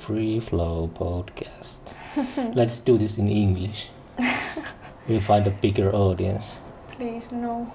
Free Flow Podcast. Let's do this in English. We'll find a bigger audience. Please, no.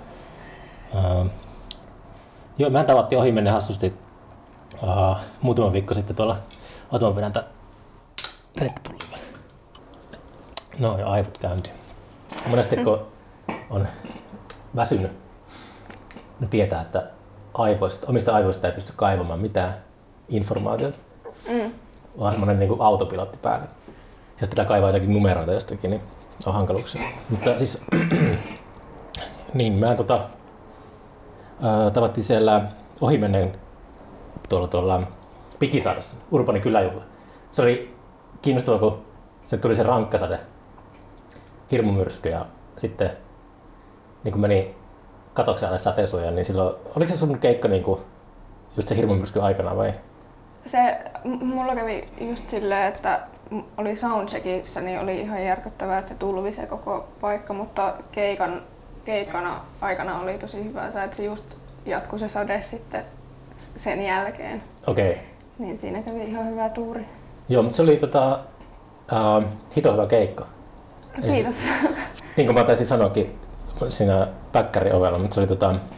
Joo, mehän tavattiin ohimennen hassusti muutama viikko sitten tuolla. Oota, mä vedän tän Red Bullilla. No ja aivot käyntiin. Monesti kun on väsynyt, ne tietää, että omista aivoista ei pysty kaivamaan mitään informaatiota. Vaan semmonen niin kuin autopilotti päälle. Jos pitää kaivaa jotakin numeroita jostakin, niin on hankaluuksia. Mutta siis, niin mä tavattiin siellä ohimennen tuolla Pikisaaressa, Urbanin kyläjuhla. Se oli kiinnostavaa, kun se tuli se rankkasade, hirmumyrsky ja sitten niin kun meni katoksen alle sateensuojaan, niin silloin, oliko se sun keikka niin kuin just se hirmumyrskyn aikana vai? Mulla kävi just silleen, että oli soundcheckissa, niin oli ihan järkyttävää, että se tulvi se koko paikka, mutta keikana aikana oli tosi hyvä sää, että se just jatkui se sade sitten sen jälkeen. Okei. Niin siinä kävi ihan hyvä tuuri. Joo, mutta se oli hito hyvä keikka. Kiitos. Niin kuin mä taisin sanoakin siinä päkkäriovella, mutta se oli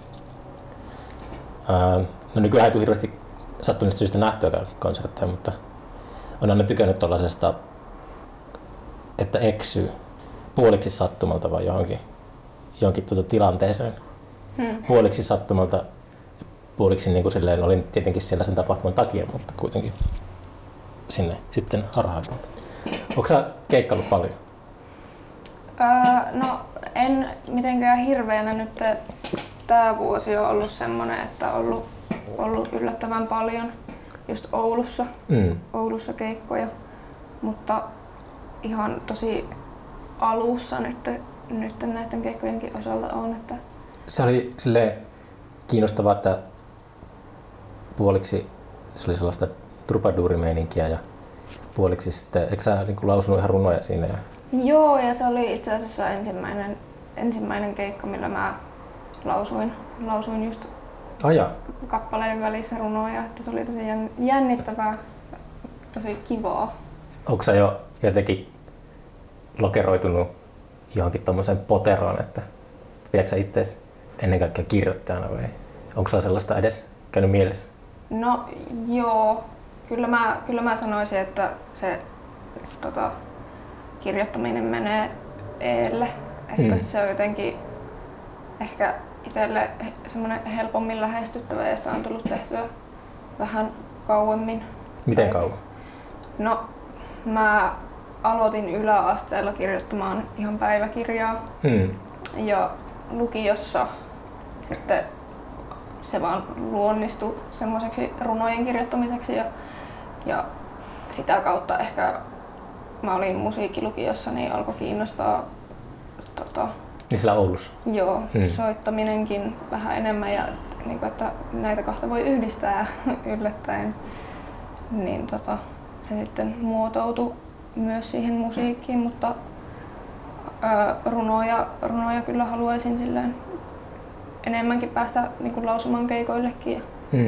no nykyään ei tule hirveästi sattuneista syystä nähtyäkään konsertteja, mutta on aina tykännyt tollasesta, että eksyy puoliksi sattumalta vai johonkin tilanteeseen. Puoliksi sattumalta, puoliksi niin kuin silleen, olin tietenkin siellä sen tapahtuman takia, mutta kuitenkin sinne sitten harhailta. Onko sä keikkaillut paljon? No en mitenkään hirveänä nyt. Tää vuosi on ollut semmonen, että on ollut yllättävän paljon just Oulussa keikkoja, mutta ihan tosi alussa nyt näiden keikkojenkin osalta on. Että se oli silleen kiinnostavaa, että puoliksi se oli sellaista trubaduurimeininkiä ja puoliksi sitten, eikö sä niin lausunut ihan runoja siinä? Joo, ja se oli itse asiassa ensimmäinen keikka, millä mä lausuin just kappaleiden välissä runoja, että se oli tosi jännittävää, tosi kivaa. Onko sä jo jotenkin lokeroitunut johonkin tommoseen poteroon, että pidätkö sä itseäsi ennen kaikkea kirjoittajana vai onko sulla sellaista edes käynyt mielessä? No joo, kyllä mä sanoisin, että se kirjoittaminen menee eelle. Ehkä se on jotenkin ehkä itselle semmoinen helpommin lähestyttävä ja sitä on tullut tehtyä vähän kauemmin. Miten kauan? No mä aloitin yläasteella kirjoittamaan ihan päiväkirjaa ja lukiossa sitten se vaan luonnistui semmoiseksi runojen kirjoittamiseksi ja sitä kautta ehkä mä olin musiikkilukiossa, niin alkoi kiinnostaa niin siellä Oulussa? Joo, soittaminenkin vähän enemmän ja niin kuin, että näitä kahta voi yhdistää yllättäen. Niin se sitten muotoutui myös siihen musiikkiin, mutta runoja kyllä haluaisin silleen enemmänkin päästä niin kuin lausumaan keikoillekin.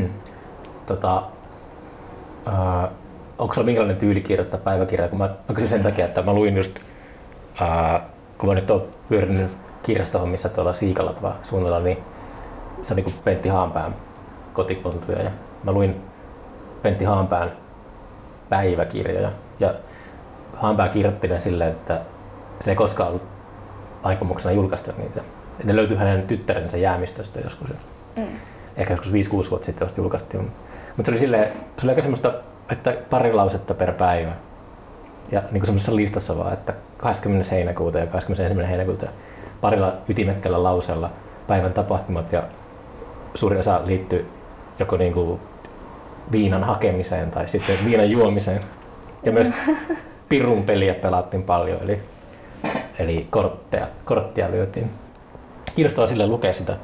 Onko sulla minkälainen tyyli kirjoittaa päiväkirjaa? Kun mä kysyn sen takia, että mä luin just, kun mä nyt oon pyörinyt kirjastohommissa tuolla Siikalatva suunnalla, niin se on niin kuin Pentti Haanpään kotikontuja. Ja mä luin Pentti Haanpään päiväkirjoja. Ja Haanpää kirjoitti ne silleen, että se ei koskaan ollut aikomuksena julkaista niitä. Ne löytyi hänen tyttärensä jäämistöstä joskus. Ehkä joskus 5-6 vuotta sitten vasta julkaistiin. Mutta se oli aika semmoista, että pari lausetta per päivä. Ja niin kuin semmoisessa listassa vaan, että 20. heinäkuuta ja 21. heinäkuuta parilla ytimekkäällä lauseella päivän tapahtumat ja suuri osa liittyy joko niin kuin viinan hakemiseen tai sitten viinan juomiseen. Ja myös pirun peliä pelattiin paljon, eli korttia lyötiin. Kiinnostavaa silleen lukea sitä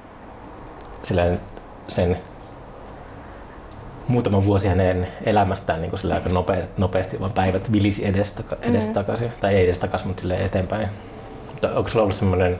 sen muutama vuosi hänen elämästään niin kuin aika nopeasti, vaan päivät vilisi edestakaisin. Tai ei edestakaisin, mutta silleen eteenpäin. Mutta onko sulla ollut semmoinen,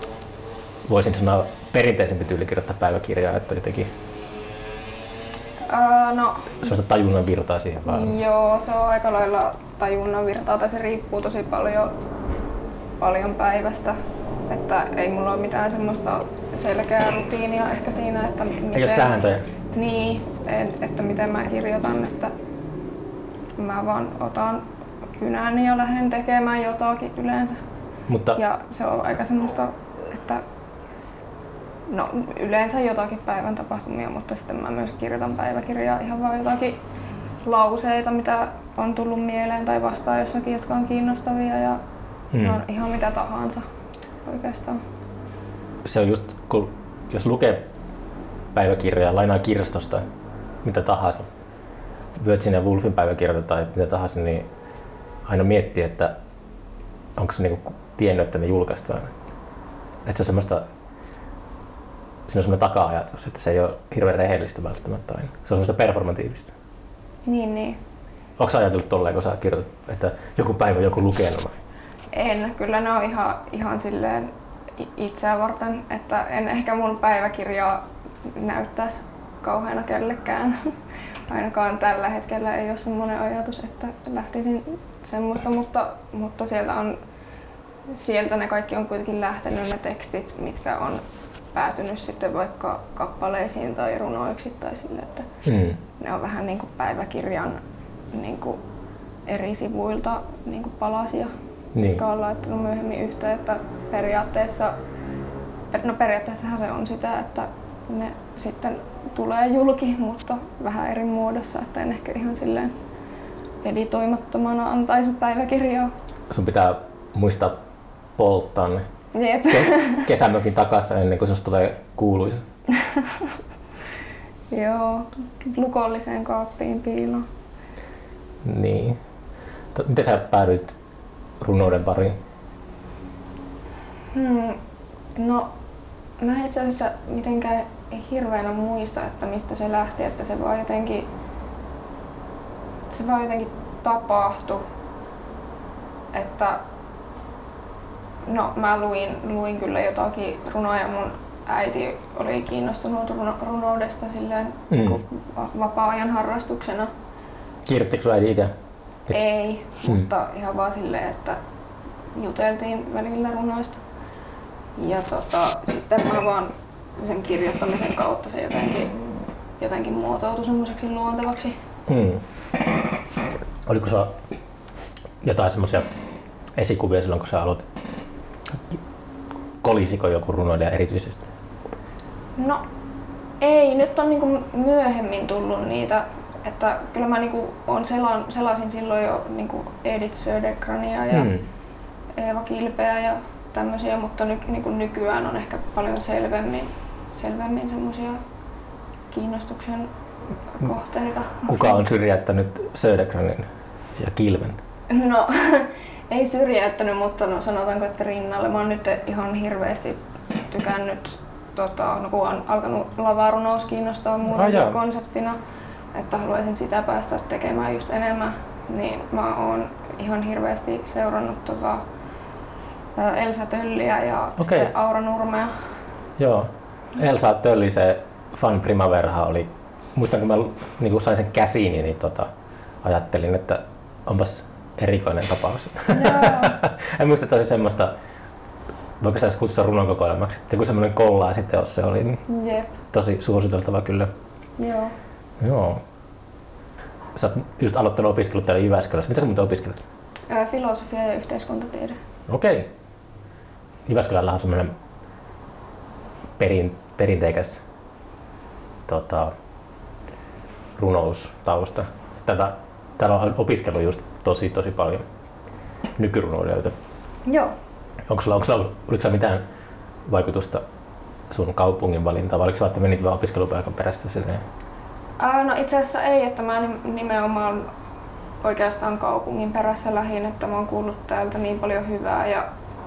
voisin sanoa, perinteisempi tyyli kirjoittaa päiväkirjaa, että jotenkin No, sellaista tajunnan virtaa siihen vaan? Joo, se on aika lailla tajunnan virtaa, tai se riippuu tosi paljon päivästä. Että ei mulla ole mitään semmoista selkeää rutiinia ehkä siinä, että miten, ei ole sääntöjä? Niin, että miten mä kirjoitan, että mä vaan otan kynän ja lähden tekemään jotakin yleensä. Mutta... Ja se on aika semmoista, että no yleensä jotakin päivän tapahtumia, mutta sitten mä myös kirjoitan päiväkirjaa ihan vaan jotakin lauseita, mitä on tullut mieleen tai vastaan jossakin, jotka on kiinnostavia ja on ihan mitä tahansa oikeastaan. Se on just, kun jos lukee päiväkirjaa, lainaa kirjastosta, mitä tahansa, Virginia Woolfin päiväkirjoja tai mitä tahansa, niin aina miettii, että onko se niinku tiennyt, että ne julkaistaan. Että se on semmoista, siinä on semmoinen taka-ajatus, että se ei ole hirveän rehellistä välttämättä aina. Se on semmoista performatiivista. Niin. Onko sä ajatellut tolleen, kun sä kirjoitat, että joku päivä joku lukee nämä? En, kyllä ne on ihan silleen itseä varten, että en ehkä mun päiväkirjaa näyttäisi kauheana kellekään. Ainakaan tällä hetkellä ei ole semmoinen ajatus, että lähtisin semmoista, mutta sieltä ne kaikki on kuitenkin lähtenyt ne tekstit, mitkä on päätynyt sitten vaikka kappaleisiin tai runoiksi tai sille, että ne on vähän niin kuin päiväkirjan niin kuin eri sivuilta niin kuin palasia, jotka on laittanut myöhemmin yhteen, että periaatteessahan se on sitä, että ne sitten tulee julki, mutta vähän eri muodossa, että en ehkä ihan silleen editoimattomana antaisi päiväkirjaa. Sun pitää muistaa polttaa ne kesämökin takassa ennen kuin susta tulee kuuluisa. Joo, lukolliseen kaappiin piiloon. Niin. Miten sä päädyit runouden pariin? No, mä itse asiassa mitenkään hirveänä muista, että mistä se lähti, että se vaan jotenkin tapahtui. Että no, mä luin kyllä jotakin runoja. Mun äiti oli kiinnostunut runoudesta silleen vapaa-ajan harrastuksena. Kirjoittiko sun äiti itse? Ei, mutta ihan vaan silleen, että juteltiin välillä runoista. Ja sitten mä vaan sen kirjoittamisen kautta se jotenkin muotoutui semmoiseksi luontevaksi. Oliko sulla jotain semmoisia esikuvia silloin, kun sä aloitit? Kolisiko joku runoilija erityisesti? No ei, nyt on niinku myöhemmin tullut niitä, että kyllä mä niinku selasin silloin jo niinku Edith Södergrania ja Eeva Kilpeä ja tämmöisiä, mutta niinku nykyään on ehkä paljon selvemmin semmoisia kiinnostuksen kohteita. Kuka on syrjäyttänyt Södergranin ja Kilven? No ei syrjäyttänyt, mutta no, sanotaanko, että rinnalle. Mä oon nyt ihan hirveästi tykännyt, kun on alkanut lavarunous kiinnostaa muutenkin konseptina, että haluaisin sitä päästä tekemään just enemmän, niin mä oon ihan hirveästi seurannut Elsa Tölliä ja sitten Aura Nurmea. Joo, Elsa Tölli, se Fan Primaverahan oli, muistan kun mä niin sain sen käsiini, niin ajattelin, että onpas erikoinen tapaus. En muista, että se semmoista, voiko sitä kutsua runonkokoelmaksi, joku semmoinen kollaa sitten, jos se oli, niin tosi suositeltava kyllä. Joo. Sä oot just aloittanut opiskelut täällä Jyväskylässä. Mitä sä muuten opiskelet? Filosofia ja yhteiskuntatiede. Okei. Jyväskylällä on semmoinen perinteikäs runoustausta. Täällä on opiskellut just tosi paljon nykyrunoilijoita. Joo. Oliko sulla mitään vaikutusta sun kaupungin valintaan, vai oliko se, että menit vaan opiskelupaikan perässä silleen? No itse asiassa ei, että mä nimenomaan oikeastaan kaupungin perässä lähin, että mä oon kuullut täältä niin paljon hyvää. Ja,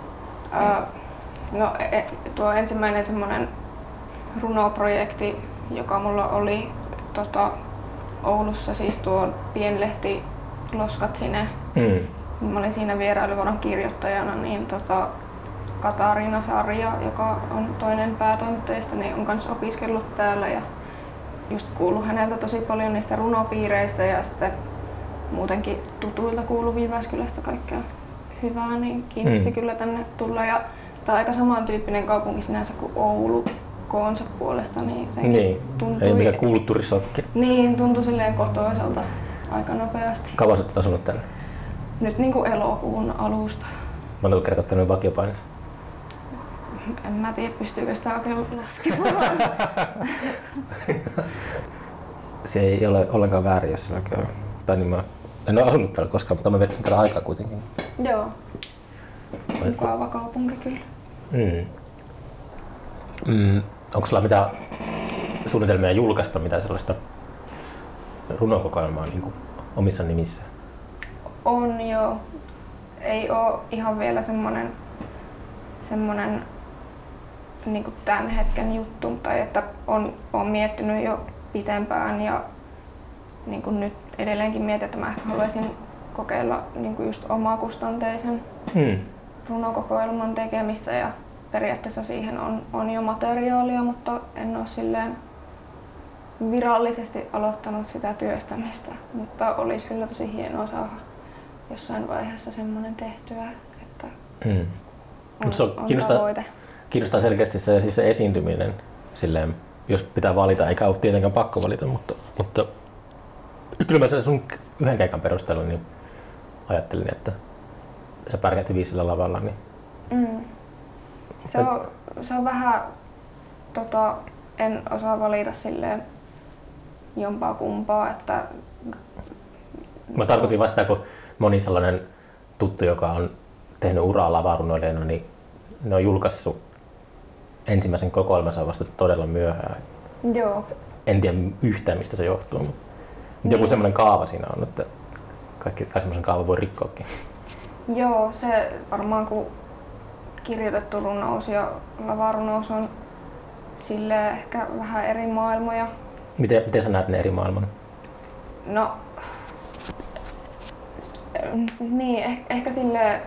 tuo ensimmäinen semmoinen runoprojekti, joka mulla oli Oulussa, siis tuo pienlehti Loskatsine. Mä olin siinä vierailuvuoron kirjoittajana, niin Katariina Sarja, joka on toinen päätoimittajista, niin on kanssa opiskellut täällä ja just kuullut häneltä tosi paljon niistä runopiireistä ja sitten muutenkin tutuilta kuuluu Jyväskylästä kaikkea hyvää, niin kiinnosti kyllä tänne tulla. Ja tämä on aika samantyyppinen kaupunki sinänsä kuin Oulu koonsa puolesta, niin tuntui... Ei mikä kulttuurisokki. Niin, tuntui silleen kotoiselta aika nopeasti. Kauan olet asunut täällä? Nyt niin kuin elokuun alusta. Montako kertaa käynyt vakiopainissa? En mä tiedä, pystyykö sitä oikein laskemaan. Se ei ole ollenkaan väärin, jos sillä käy. Tai niin mä en ole asunut täällä koskaan, mutta mä vietin täällä aikaa kuitenkin. Joo. Mukava kaupunki kyllä. Onko sulla mitään suunnitelmia julkaista mitään sellaista runokokoelmaa niin kuin omissa nimissä? On joo. Ei oo ihan vielä semmonen niin kuin tämän hetken juttu, tai että on miettinyt jo pitempään ja niin kuin nyt edelleenkin mietin, että mä ehkä haluaisin kokeilla niin kuin just omakustanteisen runokokoelman tekemistä ja periaatteessa siihen on jo materiaalia, mutta en ole silleen virallisesti aloittanut sitä työstämistä, mutta olisi kyllä tosi hienoa saada jossain vaiheessa semmoinen tehtyä, että on tavoite. Kiinnostaa selkeästi se esiintyminen, silleen, jos pitää valita, eikä ole tietenkään pakko valita, mutta kyllä mä sen sun yhden keikan perusteella niin ajattelin, että sä pärjät hyvin sillä lavalla. Niin. Se on vähän, en osaa valita silleen jompaa kumpaa, että... Mä tarkoitin vasta, kun moni sellainen tuttu, joka on tehnyt uraa lavarunoilijana, niin ne on julkaissut ensimmäisen kokoelmansa vasta todella myöhään. Joo. En tiedä yhtään, mistä se johtuu, mutta joku semmoinen kaava siinä on, että kaikki semmoisen kaavan voi rikkoakin. Joo, se varmaan kun kirjoitettu runous ja lavarunous on silleen ehkä vähän eri maailmoja. Miten sä näet ne eri maailman? No, niin, ehkä silleen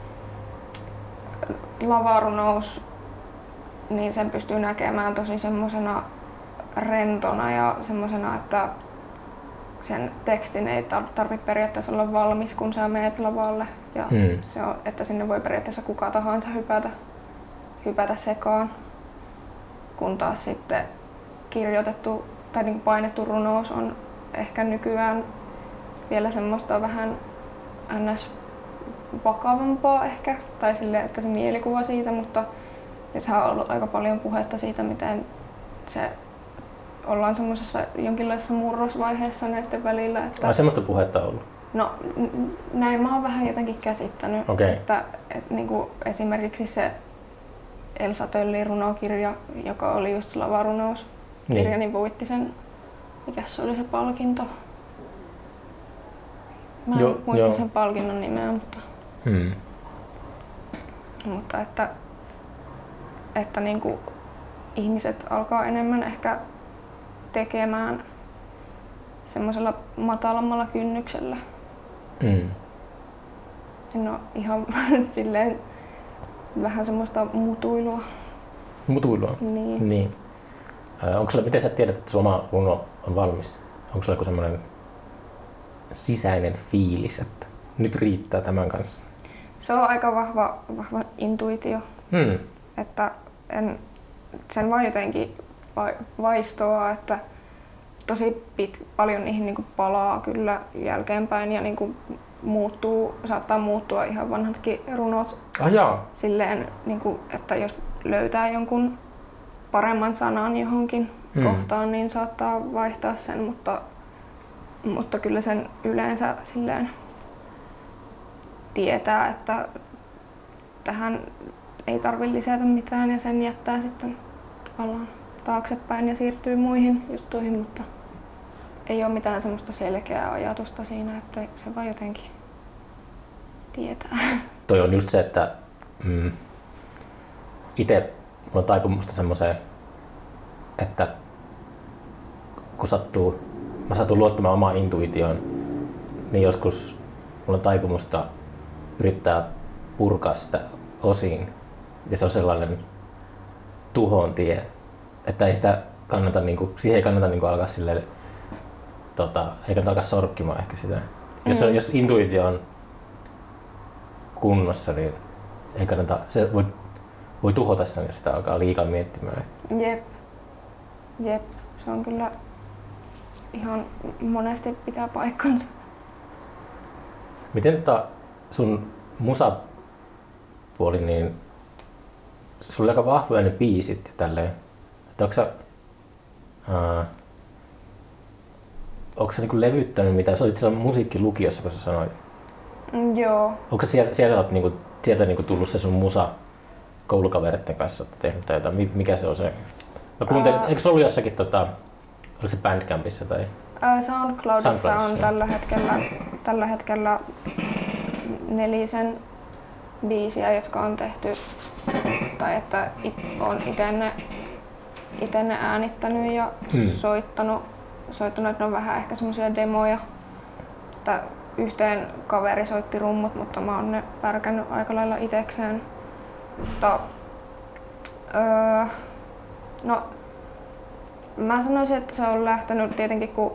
lavarunous, niin sen pystyy näkemään tosi semmosena rentona ja semmosena, että sen tekstin ei tarvitse periaatteessa olla valmis, kun sä menet lavalle. Ja se on, että sinne voi periaatteessa kuka tahansa hypätä sekaan. Kun taas sitten kirjoitettu tai niin painettu runous on ehkä nykyään vielä semmoista vähän ns. Vakavampaa ehkä. Tai silleen, että se mielikuva siitä, mutta nythän on ollut aika paljon puhetta siitä, miten se ollaan semmoisessa jonkinlaisessa murrosvaiheessa näiden välillä. Että semmoista puhetta on ollut? No näin mä oon vähän jotenkin käsittänyt, että niin kuin esimerkiksi se Elsa Töllin runokirja, joka oli just lavarunouskirja, niin voitti sen, mikä se oli se palkinto. Mä en muista sen palkinnon nimeä, mutta että niin kuin ihmiset alkaa enemmän ehkä tekemään semmoisella matalammalla kynnyksellä. Siinä on ihan silleen vähän semmoista mutuilua. Mutuilua? Niin. Miten sä tiedät, että sun oma runo on valmis? Onko sulla joku semmoinen sisäinen fiilis, että nyt riittää tämän kanssa? Se on aika vahva intuitio. Että sen vaan jotenkin vaistoaa, että tosi paljon niihin niin kuin palaa kyllä jälkeenpäin ja niin kuin saattaa muuttua ihan vanhatkin runot. Silleen, niin kuin, että jos löytää jonkun paremman sanan johonkin kohtaan, niin saattaa vaihtaa sen, mutta kyllä sen yleensä silleen tietää, että tähän ei tarvitse lisätä mitään ja sen jättää sitten tavallaan taaksepäin ja siirtyy muihin juttuihin, mutta ei ole mitään semmoista selkeää ajatusta siinä, että se vaan jotenkin tietää. Toi on just se, että itse mulla on taipumusta semmoiseen, että kun mä satun luottamaan omaan intuitioon, niin joskus mulla on taipumusta yrittää purkaa sitä osiin. Ja se on sellainen tuhon tie, että ei sitä kannata, niinku, siihen ei kannata niinku alkaa silleen, ei kannata alkaa sorkkimaan ehkä sitä. Jos intuitio on kunnossa, niin ei kannata, se voi tuhota sen, jos sitä alkaa liikaa miettimään. Jep. Se on kyllä ihan monesti pitää paikkansa. Miten sun musapuoli, niin sulla oli aika vahvoja ne biisit ja tälleen. Onko sä niinku levyttänyt mitään? Sä olit siellä musiikkilukiossa, kun sä sanoit. Joo. Onko sieltä niinku tullut se sun musa koulukavereiden kanssa tehnyt tai jotain? Mikä se on se? Mä kuuntelin, eikö se ollut jossakin, oliko se Bandcampissa tai? SoundCloudissa on tällä hetkellä 4 biisiä, jotka on tehty, tai että on ite ne äänittänyt ja soittanut, että ne on vähän ehkä semmosia demoja. Että yhteen kaveri soitti rummut, mutta mä oon ne pärkännyt aika lailla itekseen. Mutta, no, mä sanoisin, että se on lähtenyt tietenkin, kun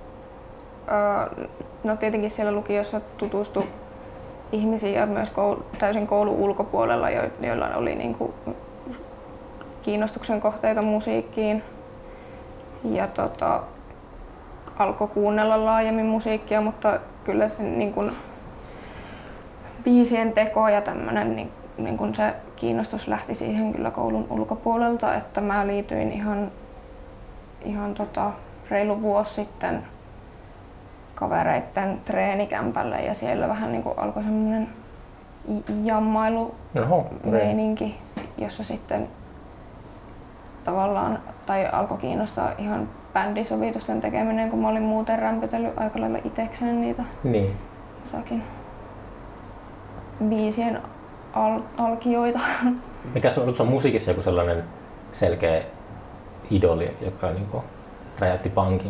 tietenkin siellä lukiossa tutustui ihmisiin ja myös täysin koulun ulkopuolella, joilla oli niinku kiinnostuksen kohteita musiikkiin. Ja alkoi kuunnella laajemmin musiikkia, mutta kyllä se niinku biisien teko ja tämmönen niinku se kiinnostus lähti siihen kyllä koulun ulkopuolelta, että mä liityin ihan reilu vuosi sitten kavereitten treenikämpälle ja siellä vähän niinku alkoi semmoinen jammailu-meininki, jossa sitten tavallaan tai alkoi kiinnostaa ihan bändisovitusten tekeminen, kun mä olin muuten rämpytellyt aika lailla itekseen niitä jotakin biisien alkioita. Onko se musiikissa joku sellainen selkeä idoli, joka niinku räjäytti pankin?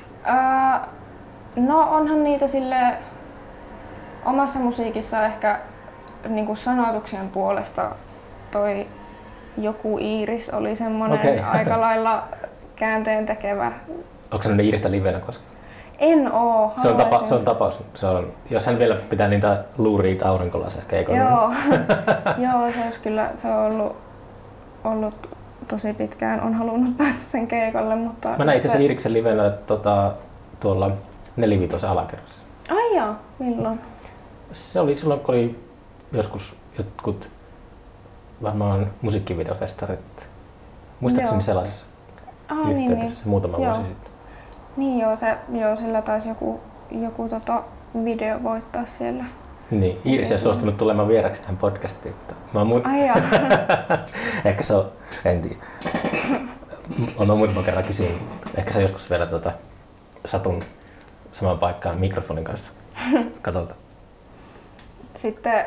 No onhan niitä silleen omassa musiikissa ehkä niinku sanotuksien puolesta toi Joku Iiris oli semmonen aika lailla käänteen tekevä. Onko se Iiristä livenä koskaan? En oo. Se on tapaus. Jos hän vielä pitää niitä Lou Reed aurinkolaseja keikoilla. Joo, se on ollut tosi pitkään. On halunnut päästä sen keikalle, mutta... Mä näin itse asiassa Iiriksen livenä tuolla 4-5 alakerrassa. Ai jaa, milloin? Se oli silloin, kun oli joskus jotkut varmaan musiikkivideofestarit. Muistaakseni sellaisessa yhteydessä muutama vuosi sitten. Niin sillä taisi joku video voittaa siellä. Niin, Iiris ei suostunut tulemaan vieraksi tähän podcastiin. Ehkä se on, en tiedä. Olen muutaman kerran kysynyt. Ehkä se joskus vielä satun samaan paikkaan mikrofonin kanssa. Katsotaan. Sitten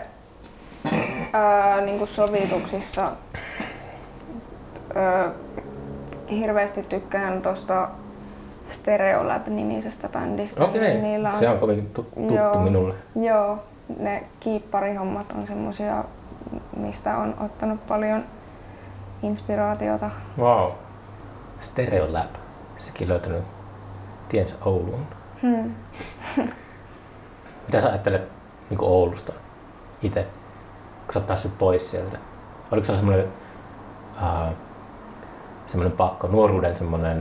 niin sovituksissa hirveästi tykkään tuosta Stereolab-nimisestä bändistä. Okei, se on kovin tuttu minulle. Joo, ne kiipparihommat on semmosia, mistä on ottanut paljon inspiraatiota. Wow. Stereolab, sekin löytänyt tiensä Ouluun. Mitä sä ajattelet niin Oulusta itse, kun sä oot päässyt pois sieltä? Oliko se semmoinen pakko, nuoruuden semmoinen,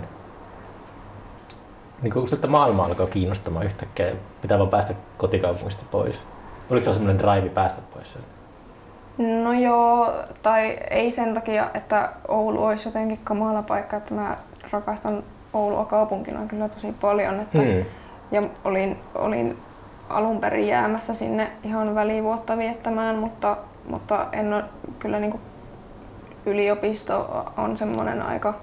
niin kun siltä maailma alkoi kiinnostamaan yhtäkkiä, pitää vaan päästä kotikaupungista pois. Oliko se semmoinen drive päästä pois sieltä? No joo, tai ei sen takia, että Oulu olisi jotenkin kamala paikka, että mä rakastan Oulua kaupunkina kyllä tosi paljon. Että, ja olin alun perin jäämässä sinne ihan välivuotta viettämään, mutta en ole kyllä niin kuin yliopisto on semmoinen aika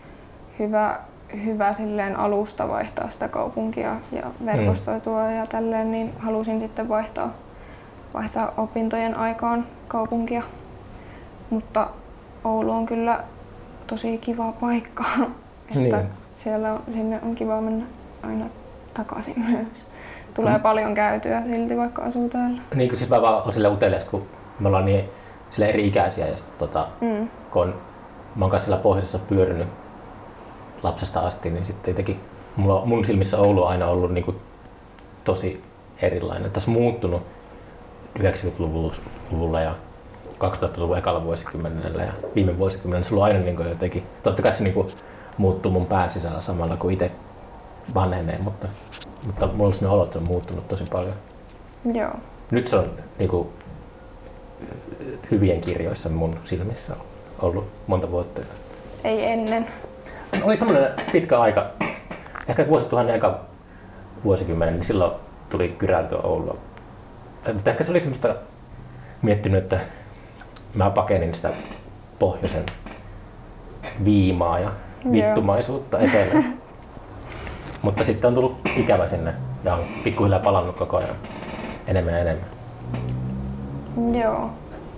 hyvä silleen alusta vaihtaa sitä kaupunkia ja verkostoitua ja tälleen, niin halusin sitten vaihtaa opintojen aikaan kaupunkia. Mutta Oulu on kyllä tosi kiva paikka, että sinne on kiva mennä aina takaisin myös. Tulee paljon käytyä silti, vaikka asuu täällä. Niin kuin siis mä vaan oon sille utelias, kun me ollaan niin sille eri ikäisiä ja sit, kun mä oon kanssa siellä pohjoisessa pyörinyt lapsesta asti, niin sitten jotenkin mun silmissä Oulu on aina ollut niin kuin tosi erilainen. Tässä on muuttunut 90-luvulla ja 2000-luvun ekalla vuosikymmenellä ja viime vuosikymmenellä se on aina niin kuin jotenkin, totta kai se niin kuin muuttuu mun pään sisällä samalla kuin itse vanhenee, mutta mulla on sellainen olo, että se on muuttunut tosi paljon. Joo. Nyt se on niin kuin, hyvien kirjoissa mun silmissä ollut monta vuotta. Ei ennen. Oli semmoinen pitkä aika, ehkä vuosituhannen eka vuosikymmenen, niin silloin tuli kyräiltyä Oulua. Mutta ehkä se oli semmoista miettinyt, että mä pakenin sitä pohjoisen viimaa ja vittumaisuutta etelään. Mutta sitten on tullut ikävä sinne ja on pikkuhiljaa palannut koko ajan enemmän ja enemmän. Joo.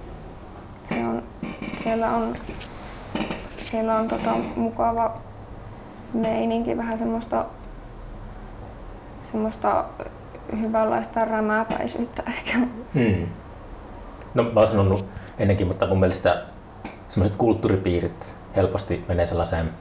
Siellä on mukava meininki, vähän semmoista hyvänlaista rämäpäisyyttä ehkä. No mä oon sanonut ennenkin, mutta mun mielestä semmoiset kulttuuripiirit helposti menee sellaiseen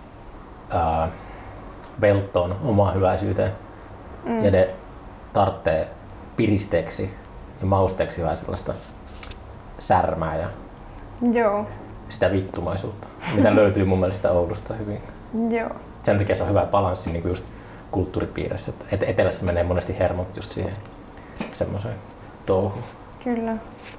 velttoon, omaan hyväisyyteen ja ne tarvitsee piristeeksi ja mausteeksi vähän sellaista särmää ja sitä vittumaisuutta, mitä löytyy mun mielestä Oulusta hyvin. Joo. Sen takia se on hyvä balanssi niin kuin just kulttuuripiirissä. Etelässä menee monesti hermot just siihen semmoiseen touhuun. Kyllä.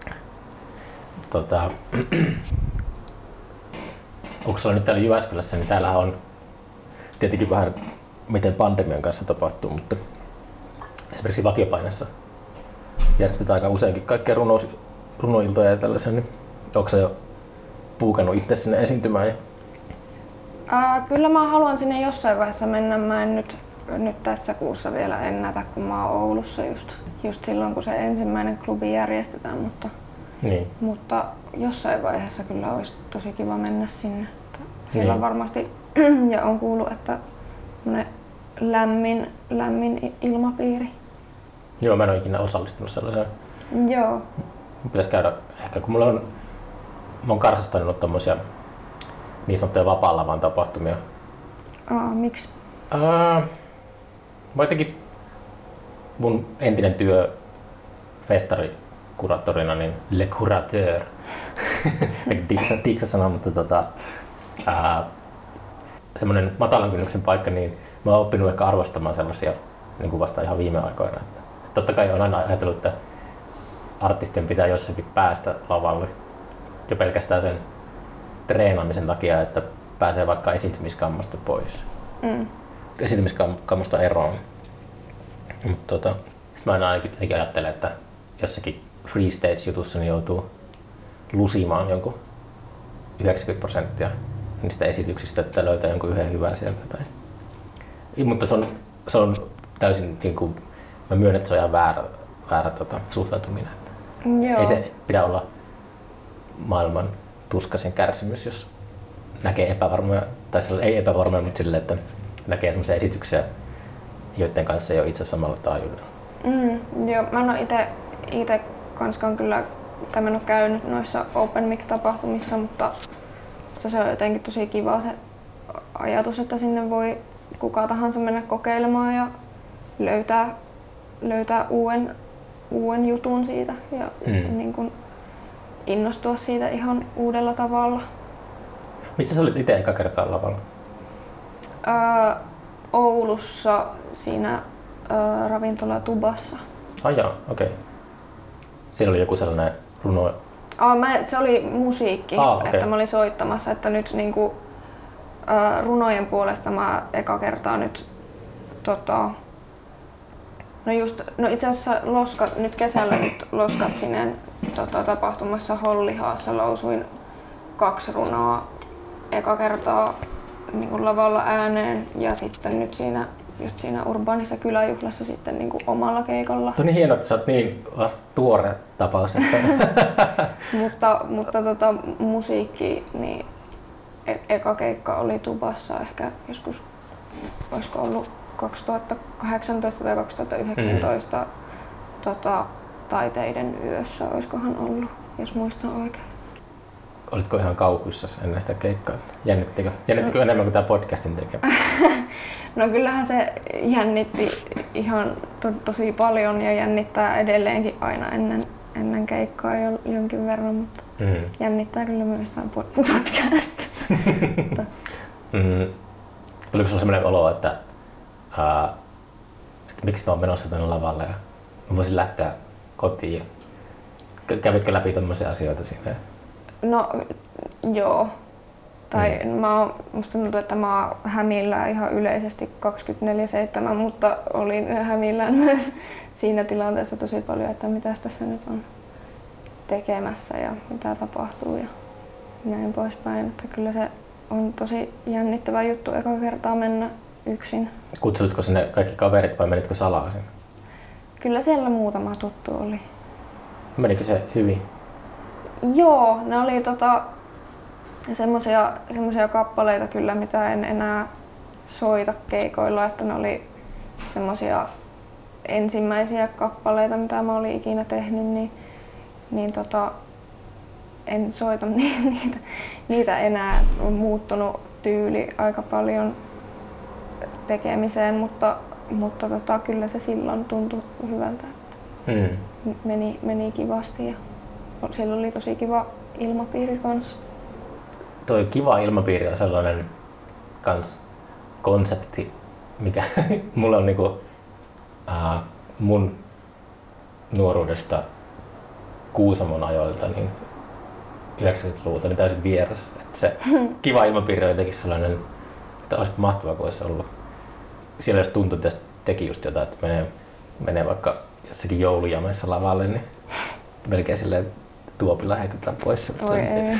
Onko sulla nyt täällä Jyväskylässä, niin täällä on tietenkin vähän miten pandemian kanssa tapahtuu, mutta esimerkiksi Vakiopainassa järjestetään aika useinkin kaikkea runoiltoja ja tällaisia, niin onko sä jo puukannut itse sinne esiintymään? Kyllä mä haluan sinne jossain vaiheessa mennä. Mä en nyt tässä kuussa vielä ennätä, kun mä oon Oulussa just silloin, kun se ensimmäinen klubi järjestetään, mutta jossain vaiheessa kyllä olisi tosi kiva mennä sinne. Siellä on varmasti, ja on kuullut, että lämmin ilmapiiri. Joo, mä en ole ikinä osallistunut sellaiseen. Joo. Pitäisi käydä ehkä, kun mä oon karsastanut tommosia niin sanottuja vapaan lavan tapahtumia. Miksi? Mä jotenkin mun entinen työ festarikuraattorina, niin le curateur, tiksa sana, mutta semmoinen matalan kynnyksen paikka, niin mä oon oppinut ehkä arvostamaan sellaisia niin kuin vasta ihan viime aikoina. Totta kai on aina ajatellut, että artistien pitää jossakin päästä lavalle jo pelkästään sen treenaamisen takia, että pääsee vaikka esiintymiskammasta pois. Esiintymiskammasta eroon. Mutta sitten mä aina ainakin ajattelen, että jossakin free stage-jutussa niin joutuu lusimaan jonkun 90% niistä esityksistä, että löytää jonkun yhden hyvän sieltä. Mutta se on täysin, niin kuin, mä myönnän, että se on ihan väärä suhtautuminen. Ei se pidä olla maailman tuskaisen kärsimys, jos näkee epävarmoja, tai ei epävarmoja, mutta silleen, että näkee sellaisia esityksiä, joiden kanssa ei ole itse samalla taajuudella. Joo, mä en ole itse kanskaan kyllä ole käynyt noissa open mic-tapahtumissa, mutta se on jotenkin tosi kiva se ajatus, että sinne voi kuka tahansa mennä kokeilemaan ja löytää uuden jutun siitä ja niin kuin innostua siitä ihan uudella tavalla. Missä sä olit itse eka kertaa lavalla? Oulussa siinä ravintola Tubassa. Jaa, okei. Siellä oli joku sellainen runo. Se oli musiikki, okay. Että mä olin soittamassa, että nyt niinku, runojen puolesta mä eka kertaa nyt itse asiassa nyt kesällä nyt Loskatsineen tapahtumassa Hollihaassa lausuin 2 runoa eka kertaa niin kuin lavalla ääneen ja sitten nyt siinä Urbanissa kyläjuhlassa sitten niin kuin omalla keikalla. On niin hienoa, että sä oot niin tuore tapaus. mutta musiikki, niin eka keikka oli Tubassa ehkä joskus, olisiko ollut 2018 tai 2019 Taiteiden yössä, olisikohan ollut, jos muistan oikein. olitko ihan kaukuissa ennen sitä keikkaa? Jännittikö enemmän kuin tämä podcastin tekeminen? No kyllähän se jännitti ihan tosi paljon ja jännittää edelleenkin aina ennen keikkaa jonkin verran, mutta jännittää kyllä myös tämä podcast. Oliko sinulla sellainen olo, että miksi mä oon menossa tänne lavalle ja mä voisin lähteä kotiin? Kävitkö läpi tämmöisiä asioita siinä? No joo. Tai musta tuntuu, että mä oon hämillään ihan yleisesti 24/7, mutta olin hämillään myös siinä tilanteessa tosi paljon, että mitä tässä nyt on tekemässä ja mitä tapahtuu ja näin poispäin. Että kyllä se on tosi jännittävä juttu eka kertaa mennä yksin. Kutsutko sinne kaikki kaverit vai menitkö salaa sinne? Kyllä siellä muutama tuttu oli. Menikö se hyvin? Joo, ne oli semmoisia kappaleita kyllä, mitä en enää soita keikoilla, että ne oli semmoisia ensimmäisiä kappaleita, mitä mä olin ikinä tehnyt, niin en soita niitä enää. On muuttunut tyyli aika paljon tekemiseen, mutta kyllä se silloin tuntui hyvältä. Meni kivasti ja siellä oli tosi kiva ilmapiiri kanssa. Toi kiva ilmapiiri on sellainen konsepti, mikä mulla on niinku, mun nuoruudesta Kuusamon ajoilta niin 90-luvulta niin täysin vieras. Et se kiva ilmapiiri on jotenkin sellainen, että olisi mahtavaa, kun olisi ollut. Siellä jos tuntui, että teki just jotain, että menee vaikka jossakin joulujameessa lavalle, niin melkein silleen tuopilla heitetään pois. Oi ei.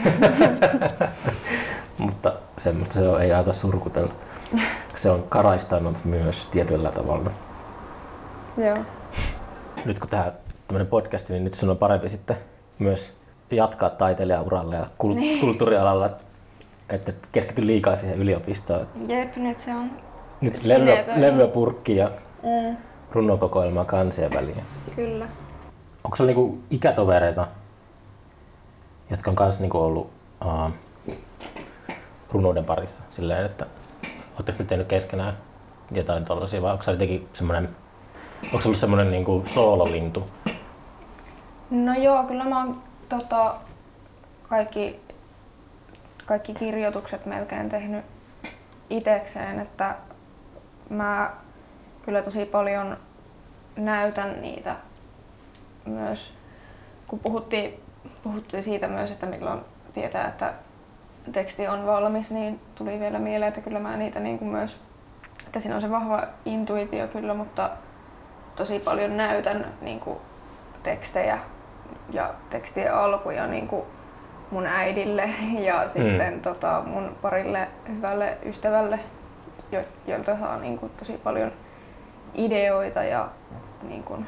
Mutta semmoista se ei auta surkutella. Se on karaistanut myös tietyllä tavalla. Joo. Nyt kun tehdään tämmöinen podcast, niin nyt sun on parempi sitten myös jatkaa taiteilijauralla ja kulttuurialalla, että keskity liikaa siihen yliopistoon. Jep, nyt se on. Nyt levyä purkki ja runokokoelmaa kansien väliin. Kyllä. Onko sulla niinku ikätovereita, jotka on kanssa niinku ollut runouden parissa silleen, että ootteko te tehnyt keskenään jotain tollasia vai onko se jotenkin semmoinen, onko se ollut semmoinen niinku soololintu? No joo, kyllä mä oon kaikki kirjoitukset melkein tehnyt itekseen, että mä kyllä tosi paljon näytän niitä myös, kun puhuttiin siitä myös, että milloin tietää, että teksti on valmis, niin tuli vielä mieleen, että kyllä mä niitä niin kuin myös, että siinä on se vahva intuitio kyllä, mutta tosi paljon näytän niin kuin tekstejä ja tekstien alkuja niin kuin mun äidille ja sitten mun parille hyvälle ystävälle, joilta saa niin kuin tosi paljon ideoita ja niin kuin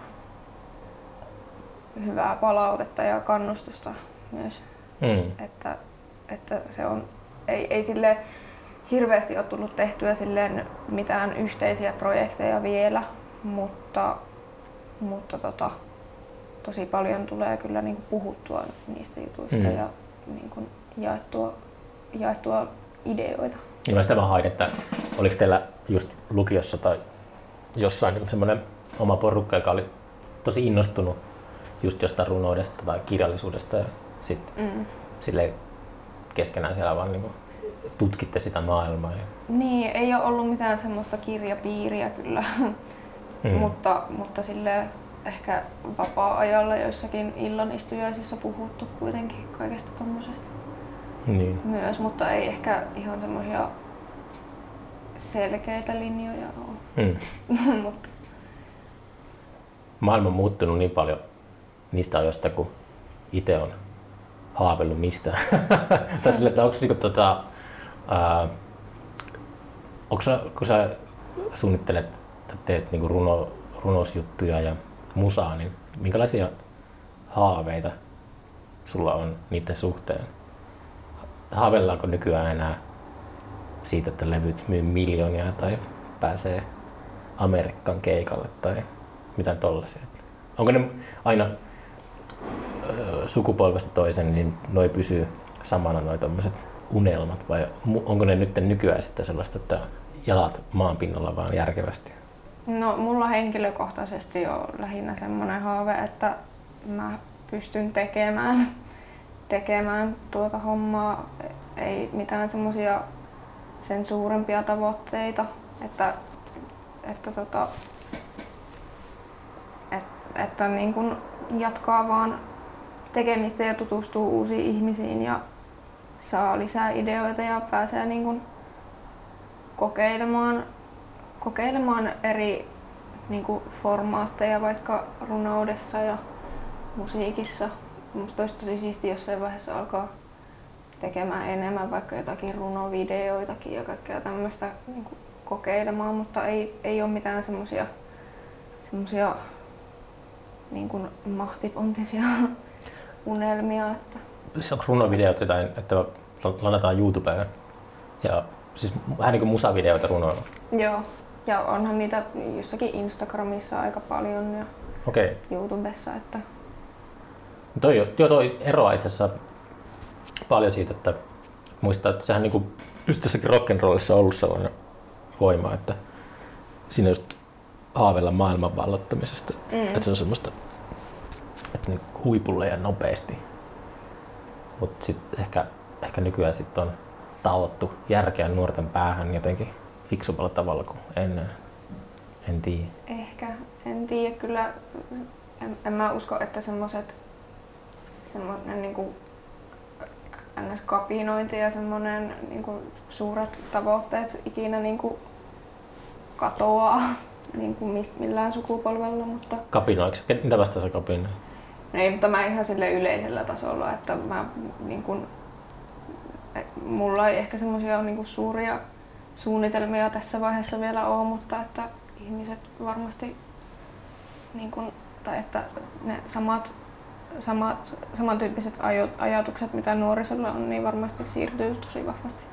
hyvää palautetta ja kannustusta myös. Että se on, ei sille hirveästi ole tullut tehtyä silleen mitään yhteisiä projekteja vielä, mutta tosi paljon tulee kyllä niin kuin puhuttua niistä jutuista ja niin kuin jaettua ideoita. Ja sitä mä hain, että oliko teillä just lukiossa tai jossain semmoinen oma porukka, joka oli tosi innostunut just jostain runoudesta tai kirjallisuudesta ja sitten silleen keskenään siellä vaan niin tutkitte sitä maailmaa. Niin, ei ole ollut mitään semmoista kirjapiiriä kyllä, mutta silleen ehkä vapaa-ajalla joissakin illanistujaisissa puhuttu kuitenkin kaikesta tommosesta myös, mutta ei ehkä ihan semmoisia selkeitä linjoja ole. Mutta. Maailma on muuttunut niin paljon niistä ajoista, kun itse on haaveillut mistään. Tai sille, että kun sä suunnittelet tai teet niinku runousjuttuja ja musaa, niin minkälaisia haaveita sulla on niiden suhteen? Haaveillaanko nykyään enää siitä, että levyt myy miljoonia tai pääsee Amerikan keikalle tai mitään tollaisia? Onko ne aina sukupolvesta toisen, niin noi pysyy samana noi tommoset unelmat vai onko ne nyt nykyään sitten sellaista, että jalat maan pinnalla vaan järkevästi? No mulla henkilökohtaisesti on lähinnä semmoinen haave, että mä pystyn tekemään tuota hommaa, ei mitään semmoisia sen suurempia tavoitteita, että niin kun jatkaa vaan tekemistä ja tutustuu uusiin ihmisiin ja saa lisää ideoita ja pääsee niin kun kokeilemaan eri niin kun formaatteja vaikka runoudessa ja musiikissa. Musta olisi tosi siistiä jossain vaiheessa alkaa tekemään enemmän vaikka jotakin runovideoitakin ja kaikkea tämmöistä niin kuin kokeilemaan, mutta ei ole mitään semmosia niin kuin mahtipontisia unelmia. Että Onko runovideot jotain, että ladataan YouTubeen? Ja siis vähän niin kuin musavideoita runoilla? Joo, ja onhan niitä jossakin Instagramissa aika paljon ja YouTubessa. Että Toi eroaa itse asiassa paljon siitä, että muistaa, että sehän niinku just jossakin rock'n'rollissa on ollut sellainen voima, että siinä just haaveilla maailman valloittamisesta. Että se on semmoista, että niin huipulle ja nopeasti. Mutta sitten ehkä nykyään sit on taottu järkeä nuorten päähän jotenkin fiksummalla tavalla kuin ennen. En tiedä. Ehkä, en tiedä. Kyllä en mä usko, että semmoinen niinku NS-kapinointi ja semmoinen niinku suuret tavoitteet ikinä niinku katoaa niinku millään sukupolvella, mutta Kapinoiko? Mitä vastaan sä kapinoi? ei, mutta mä ihan sille yleisellä tasolla, että mä niinku mulla ei ehkä semmoisia niinku suuria suunnitelmia tässä vaiheessa vielä ole, mutta että ihmiset varmasti niinku, tai että ne samantyyppiset ajatukset, mitä nuorisolla on, niin varmasti siirtyy tosi vahvasti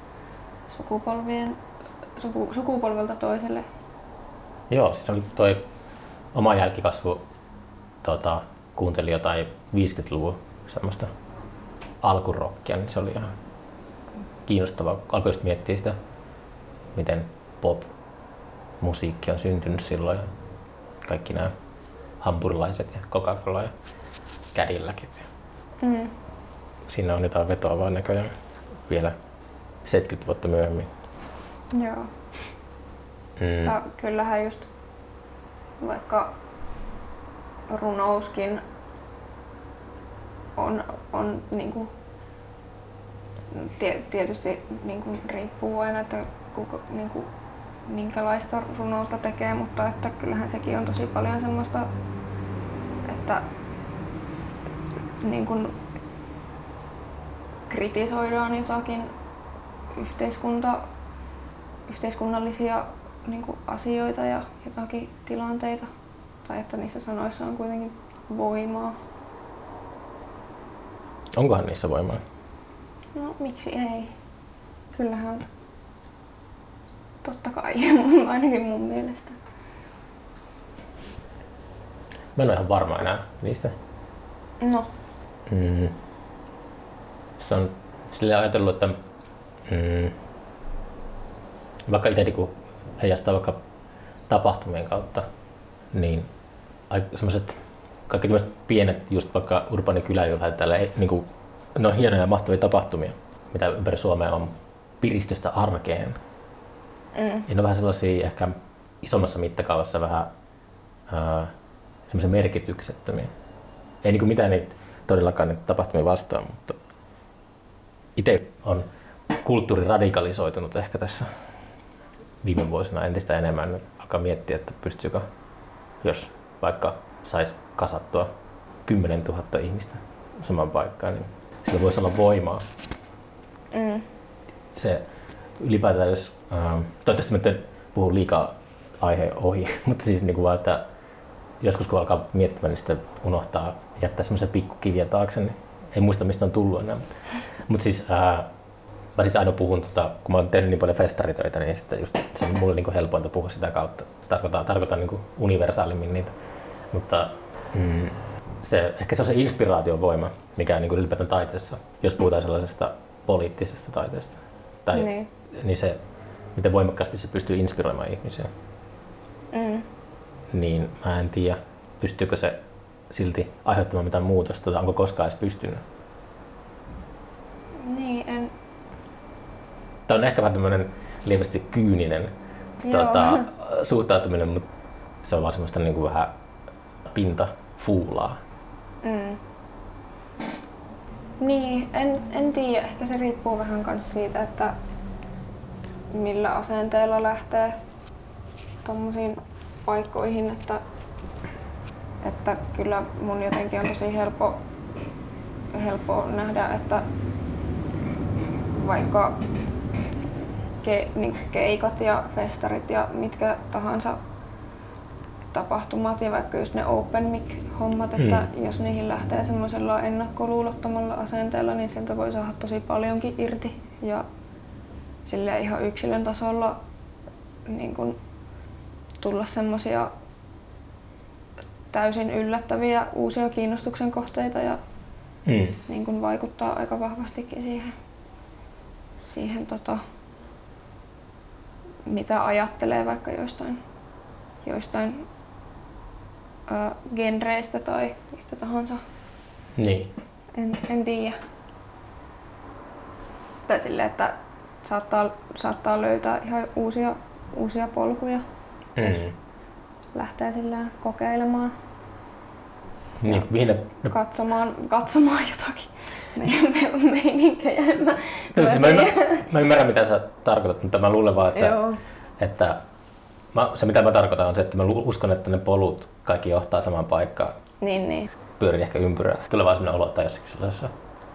sukupolvelta toiselle. Joo, siis oli toi oma jälkikasvu, kuunteli jotain 50-luvun semmoista alkurockia, niin se oli ihan kiinnostavaa. Alkoi just miettiä sitä, miten pop-musiikki on syntynyt silloin ja kaikki nämä hampurilaiset ja Coca-Cola ja Cadillacit. Siinä on jotain vetoavaa näköjään vielä 70 vuotta myöhemmin. Joo. Kyllähän just vaikka runouskin on niinku, tietysti niinku riippuu aina, että niinku, minkälaista runoutta tekee, mutta että kyllähän sekin on tosi paljon semmoista, että niin kun kritisoidaan jotakin yhteiskunnallisia niin kun asioita ja jotakin tilanteita, tai että niissä sanoissa on kuitenkin voimaa. Onkohan niissä voimaa? No miksi ei? Kyllähän totta kai, ainakin mun mielestä. Mä en ole ihan varma enää niistä. No. Se on silleen ajatellut, että vaikka itse niin heijastaa vaikka tapahtumien kautta, niin semmoiset kaikki tämmöiset pienet, just vaikka Urbanin kyläjuhlat, täällä niin ne on hienoja ja mahtavia tapahtumia, mitä ympäri Suomea on piristystä arkeen. Ja ne on vähän sellaisia ehkä isommassa mittakaavassa vähän semmoisia merkityksettömiä. Ei niin kuin mitään niitä todellakaan niitä tapahtumia vastaan, mutta itse on kulttuuri radikalisoitunut ehkä tässä viime vuosina entistä enemmän. Alkaa miettiä, että pystyykö, jos vaikka saisi kasattua 10 000 ihmistä samaan paikkaan, niin sillä voisi olla voimaa. Se ylipäätään, jos toivottavasti mä en puhu liikaa aiheen ohi, mutta siis niin kuin vaan, että joskus kun alkaa miettimään, niin sitten unohtaa jättää semmoisia pikkukiviä taakse, niin ei muista mistä on tullut enää. Mutta siis mä siis aina puhun, kun mä oon tehnyt niin paljon festaritöitä, niin sitten just se on mulle niin helpointa puhua sitä kautta. Tarkoitan niin universaalimmin niitä. Mutta ehkä se on se inspiraation voima, mikä niin ylipäätään taiteessa, jos puhutaan sellaisesta poliittisesta taiteesta. Tai niin se, miten voimakkaasti se pystyy inspiroimaan ihmisiä. Niin mä en tiedä, pystyykö se silti aiheuttamaan mitään muutosta, tai onko koskaan edes pystynyt. Niin, en... Tämä on ehkä vähän tämmöinen lievästi kyyninen suhtautuminen, mutta se on vaan semmoista niin kuin vähän pintafuulaa. Niin, en tiedä. Ehkä se riippuu vähän myös siitä, että millä asenteella lähtee tommosiin paikkoihin, että kyllä mun jotenkin on tosi helppo nähdä, että vaikka niin keikat ja festarit ja mitkä tahansa tapahtumat ja vaikka just ne open mic-hommat, että jos niihin lähtee semmoisella ennakkoluulottomalla asenteella, niin sieltä voi saada tosi paljonkin irti ja silleen ihan yksilön tasolla niin kun tulla semmoisia täysin yllättäviä uusia kiinnostuksen kohteita ja niin kun vaikuttaa aika vahvastikin siihen mitä ajattelee vaikka joistain genreistä tai mistä tahansa. Niin. En tiedä. Tai silleen, että saattaa löytää ihan uusia polkuja, jos lähtee silleen kokeilemaan. Niin, katsomaan jotakin meidän meininkejä. Mä ymmärrän mitä sä tarkoitat, mutta mä luulen vaan, että se mitä mä tarkoitan on se, että mä uskon, että ne polut kaikki johtaa samaan paikkaan. Niin. Pyörii ehkä ympyrää. Tulee vaan sellainen olo, että jossakin sellaisessa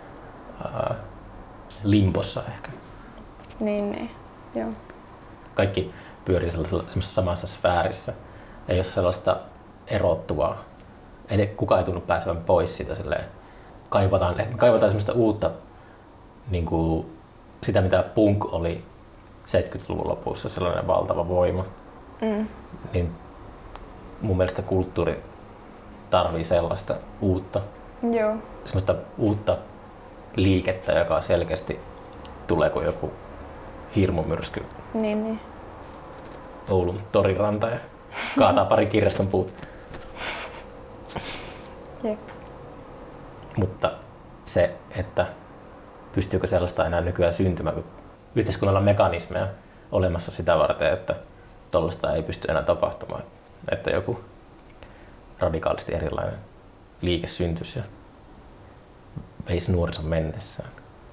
limbossa ehkä. Niin, joo. Kaikki pyörii sellaisessa samassa sfäärissä. Ei ole sellaista erottuvaa. Kukaan ei tunnu pääsevän pois siitä silleen. Kaivataan semmoista uutta, niin kuin sitä mitä punk oli 70-luvun lopussa, sellainen valtava voima. Niin mun mielestä kulttuuri tarvii sellaista uutta. Joo. Semmoista uutta liikettä, joka selkeästi tulee kuin joku hirmumyrsky. Niin. Oulun toriranta ja kaataa pari kirjaston puut. Jep. Mutta se, että pystyykö sellaista enää nykyään syntymään, kun yhteiskunnalla on mekanismeja olemassa sitä varten, että tollaista ei pysty enää tapahtumaan. Että joku radikaalisti erilainen liike syntyisi ja veisi nuorison mennessään.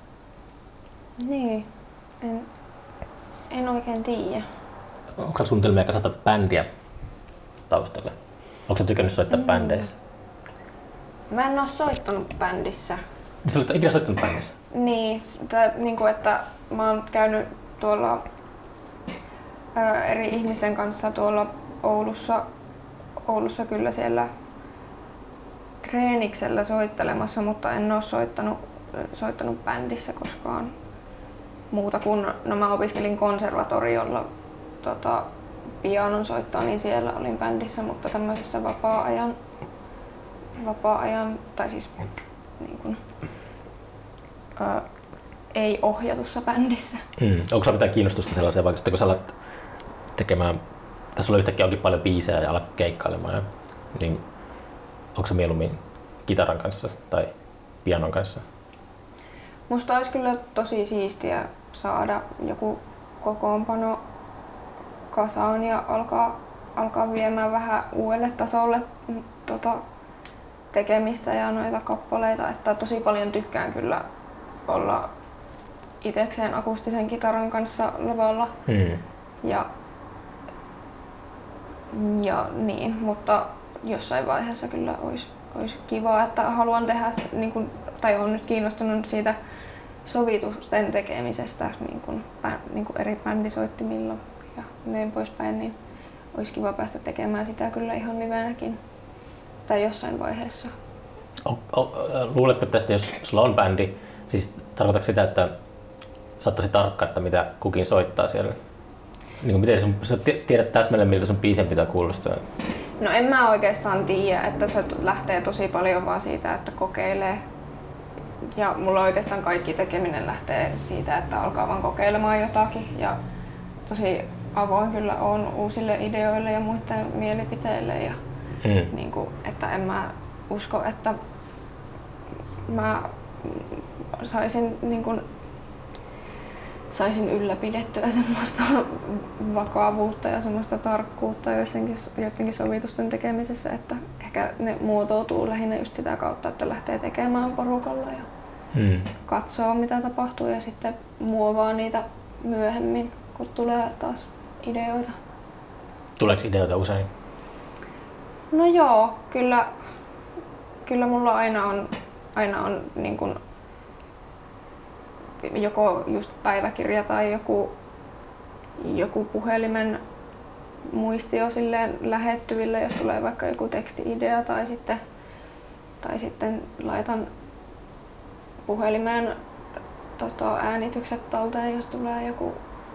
Niin, en oikein tiedä. Onko sulla suunnitelmia kasata bändiä taustalle? Onko sä tykännyt soittaa bändeissä? Mä en oo soittanut bändissä. Sä olet ikinä soittanut bändissä? Niin, että mä oon käynyt tuolla eri ihmisten kanssa tuolla Oulussa kyllä siellä treeniksellä soittelemassa, mutta en oo soittanut bändissä koskaan muuta kuin, mä opiskelin konservatoriolla pianon soittoa, niin siellä olin bändissä, mutta tämmöisessä vapaa-ajan tai siis niin kuin, ei ohjatussa bändissä. Onko sulla mitään kiinnostusta sellaisia, vaikka sitten kun sä alat tekemään, tai sulla yhtäkkiä onkin paljon biisejä ja alat keikkailemaan, niin onko se mieluummin kitaran kanssa tai pianon kanssa? Musta olisi kyllä tosi siistiä saada joku kokoonpano kasaan ja alkaa viemään vähän uudelle tasolle tekemistä ja noita kappaleita, että tosi paljon tykkään kyllä olla itekseen akustisen kitaran kanssa lavalla ja niin, mutta jossain vaiheessa kyllä olisi kiva, että haluan tehdä niin kuin, tai olen nyt kiinnostunut siitä sovitusten tekemisestä niin kuin eri bändisoittimilla ja näin poispäin, niin olisi kiva päästä tekemään sitä kyllä ihan livenäkin tai jossain vaiheessa. Luuletko tästä, jos sulla on bändi, siis tarkoitatko sitä, että sä oot tosi tarkka, että mitä kukin soittaa siellä? Niin miten sä tiedät täsmälleen, miltä sun biisin pitää kuulostaa? No en mä oikeastaan tiedä, että se lähtee tosi paljon vaan siitä, että kokeilee Ja mulla oikeastaan kaikki tekeminen lähtee siitä, että alkaa vaan kokeilemaan jotakin. Ja tosi avoin kyllä on uusille ideoille ja muiden mielipiteille. Ja niin kuin, että en mä usko, että mä saisin niin kuin, saisin ylläpidettyä semmoista vakavuutta ja semmoista tarkkuutta joidenkin sovitusten tekemisessä, että ehkä ne muotoutuu lähinnä just sitä kautta, että lähtee tekemään porukalla ja katsoo mitä tapahtuu ja sitten muovaa niitä myöhemmin, kun tulee taas ideoita. Tuleeko ideoita usein? No joo, kyllä mulla aina on niin kuin joko just päiväkirja tai joku puhelimen muistio silleen lähettyville, jos tulee vaikka joku teksti-idea tai sitten laitan puhelimeen äänitykset talteen, jos tulee joku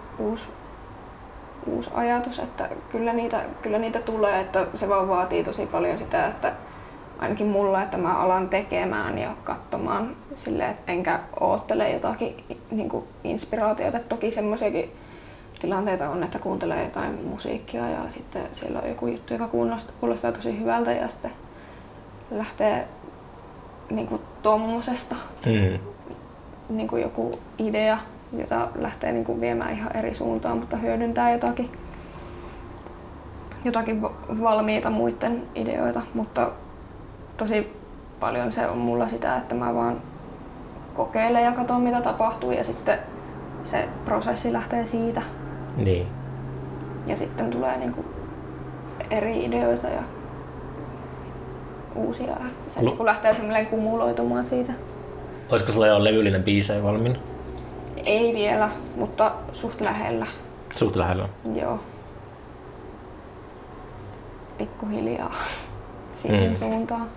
uusi ajatus, että kyllä niitä tulee, että se vaan vaatii tosi paljon sitä, että ainakin mulla, että mä alan tekemään ja katsomaan silleen, että enkä oottele jotakin niin kuin inspiraatiota. Toki semmoisiakin tilanteita on, että kuuntelee jotain musiikkia ja sitten siellä on joku juttu, joka kuulostaa tosi hyvältä ja sitten lähtee niin kuin tommosesta niin kuin joku idea, jota lähtee niin kuin viemään ihan eri suuntaan, mutta hyödyntää jotakin valmiita muiden ideoita, mutta tosi paljon se on mulla sitä, että mä vaan kokeilen ja katson mitä tapahtuu ja sitten se prosessi lähtee siitä. Niin. Ja sitten tulee niinku eri ideoita ja uusia. Se niinku lähtee semmoinen kumuloitumaan siitä. Olisiko sulla jo levyllinen biisejä valmiina? Ei vielä, mutta suht lähellä. Suht lähellä? Joo. Pikkuhiljaa siihen suuntaan.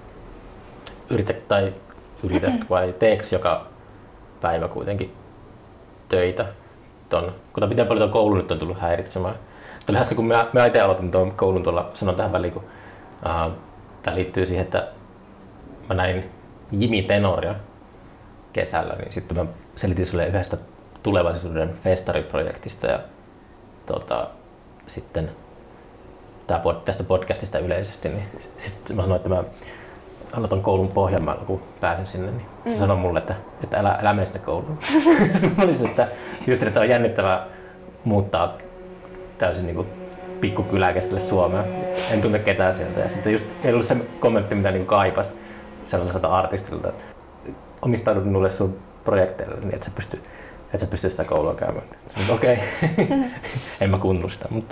Yrität vai teeks joka päivä kuitenkin töitä? Miten paljon tuo koulu nyt on tullut häiritsemään? Tämä oli hauska, kun mä itse aloitin tuon koulun tuolla, sanon tähän väliin, kun tämä liittyy siihen, että mä näin Jimi Tenoria kesällä, niin sitten mä selitin sulle yhdestä tulevaisuuden festariprojektista ja sitten tästä podcastista yleisesti, niin sitten mä sanoin, että mä aloitan koulun Pohjanmaalla, kun pääsin sinne, niin se sanoi mulle, että älä mene sinne kouluun. Sitten mä olisin, että on jännittävää muuttaa täysin niin kuin pikkukylää keskelle Suomea. En tunne ketään sieltä. Ja sitten just ei ollut se kommentti, mitä niin kaipasi sellaiselta artistilta. Omistaudu minulle sun projekteille, niin et sä pysty sitä koulua käymään. Okei, en mä kuunnellut sitä, mutta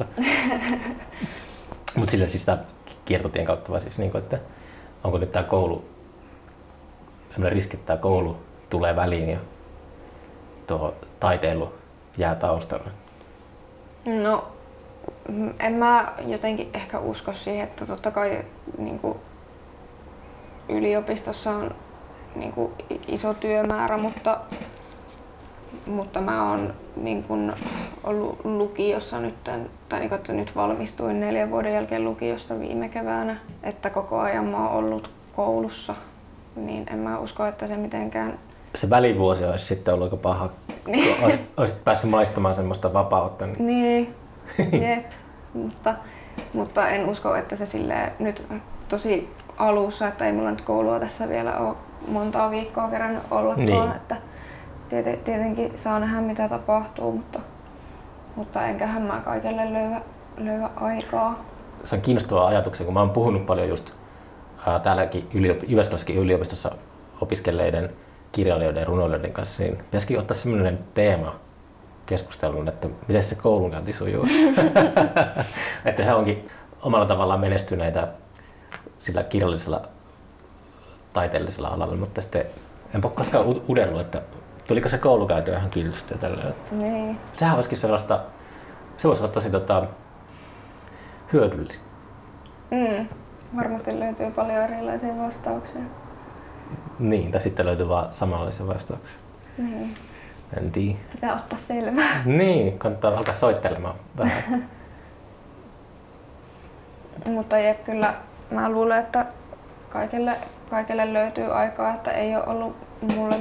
sillä siis sitä kiertotien kautta vaan siis, että onko nyt tää koulu, semmoinen riski, että tää koulu tulee väliin ja tuo taiteilu jää taustalle? No, en mä jotenkin ehkä usko siihen, että totta kai niin kuin yliopistossa on niin kuin iso työmäärä, mutta mä oon niin kuin ollut lukiossa nyt, tai niin kuin, että nyt valmistuin 4 vuoden jälkeen lukiosta viime keväänä, että koko ajan mä oon ollut koulussa, niin en mä usko, että se mitenkään... Se välivuosi olisi sitten ollut aika paha, niin. Kun olisit päässyt maistamaan semmoista vapautta. Niin, jep, mutta en usko, että se silleen nyt tosi alussa, että ei mulla nyt koulua tässä vielä ole montaa viikkoa kerännyt ollakaan, niin. Että tietenkin saa nähdä mitä tapahtuu, mutta enköhän mä kaikelle löyvä aikaa. Se on kiinnostava ajatuksia, kun mä oon puhunut paljon just täälläkin Jyväskylässäkin yliopistossa opiskelleiden kirjailijoiden ja runoilijoiden kanssa, niin pitäisikin ottaa semmoinen teema keskusteluun, että miten se koulunkäynti sujuu. Että he onkin omalla tavallaan menestyneitä sillä kirjallisella taiteellisella alalla, mutta sitten enpä koskaan udellut, että tuliko se koulukäynti ihan kiltisti ja tälleen. Niin. Sehän olisikin sellaista, se voisi olla tosi hyödyllistä. Varmasti löytyy paljon erilaisia vastauksia. Niin, tai sitten löytyy vaan samanlaisia vastauksia. Niin. En tiedä. Pitää ottaa selvää. Niin, kannattaa alkaa soittelemaan vähän. Mutta kyllä mä luulen, että kaikille kaikille löytyy aikaa, että ei ole ollut mulle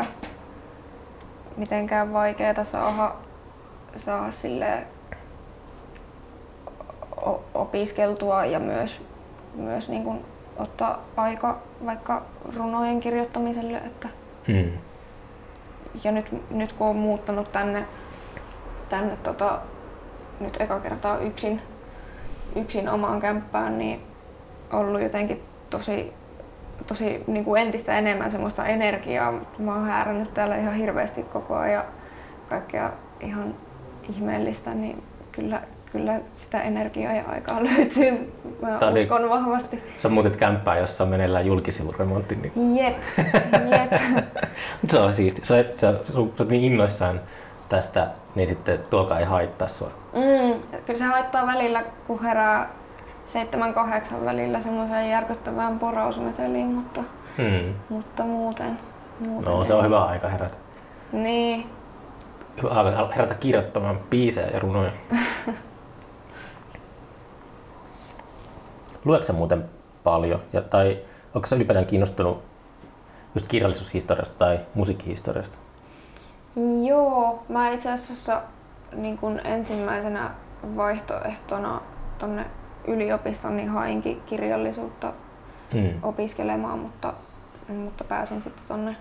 mitenkään vaikeaa saada silleen opiskeltua ja myös niin kuin ottaa aika vaikka runojen kirjoittamiselle. Että ja nyt kun on muuttanut tänne nyt eka kertaa yksin omaan kämppään, niin ollut jotenkin tosi niin kuin entistä enemmän semmoista energiaa. Mä oon häärännyt täällä ihan hirveästi koko ajan kaikkea ihan ihmeellistä, niin kyllä sitä energiaa ja aikaa löytyy. Mä uskon vahvasti. Sä muutit kämppää, jossa on meneillään julkisivuremontti. Niin... Jep. Se on siisti. Sä oot niin innoissaan tästä, niin sitten tuokaan ei haittaa sua. Kyllä se haittaa välillä, kun herää 7-8 välillä semmoiseen järkyttävään porausmeteliin, mutta muuten no se on hyvä aika herätä. Niin. Hyvä aika herätä kirjoittamaan biisejä ja runoja. Luetko sä muuten paljon? Tai onko sä ylipäätään kiinnostunut just kirjallisuushistoriasta tai musiikkihistoriasta? Joo, mä itse asiassa niin kun ensimmäisenä vaihtoehtona tonne yliopistoon niin hainkin kirjallisuutta opiskelemaan, mutta pääsin sitten tonne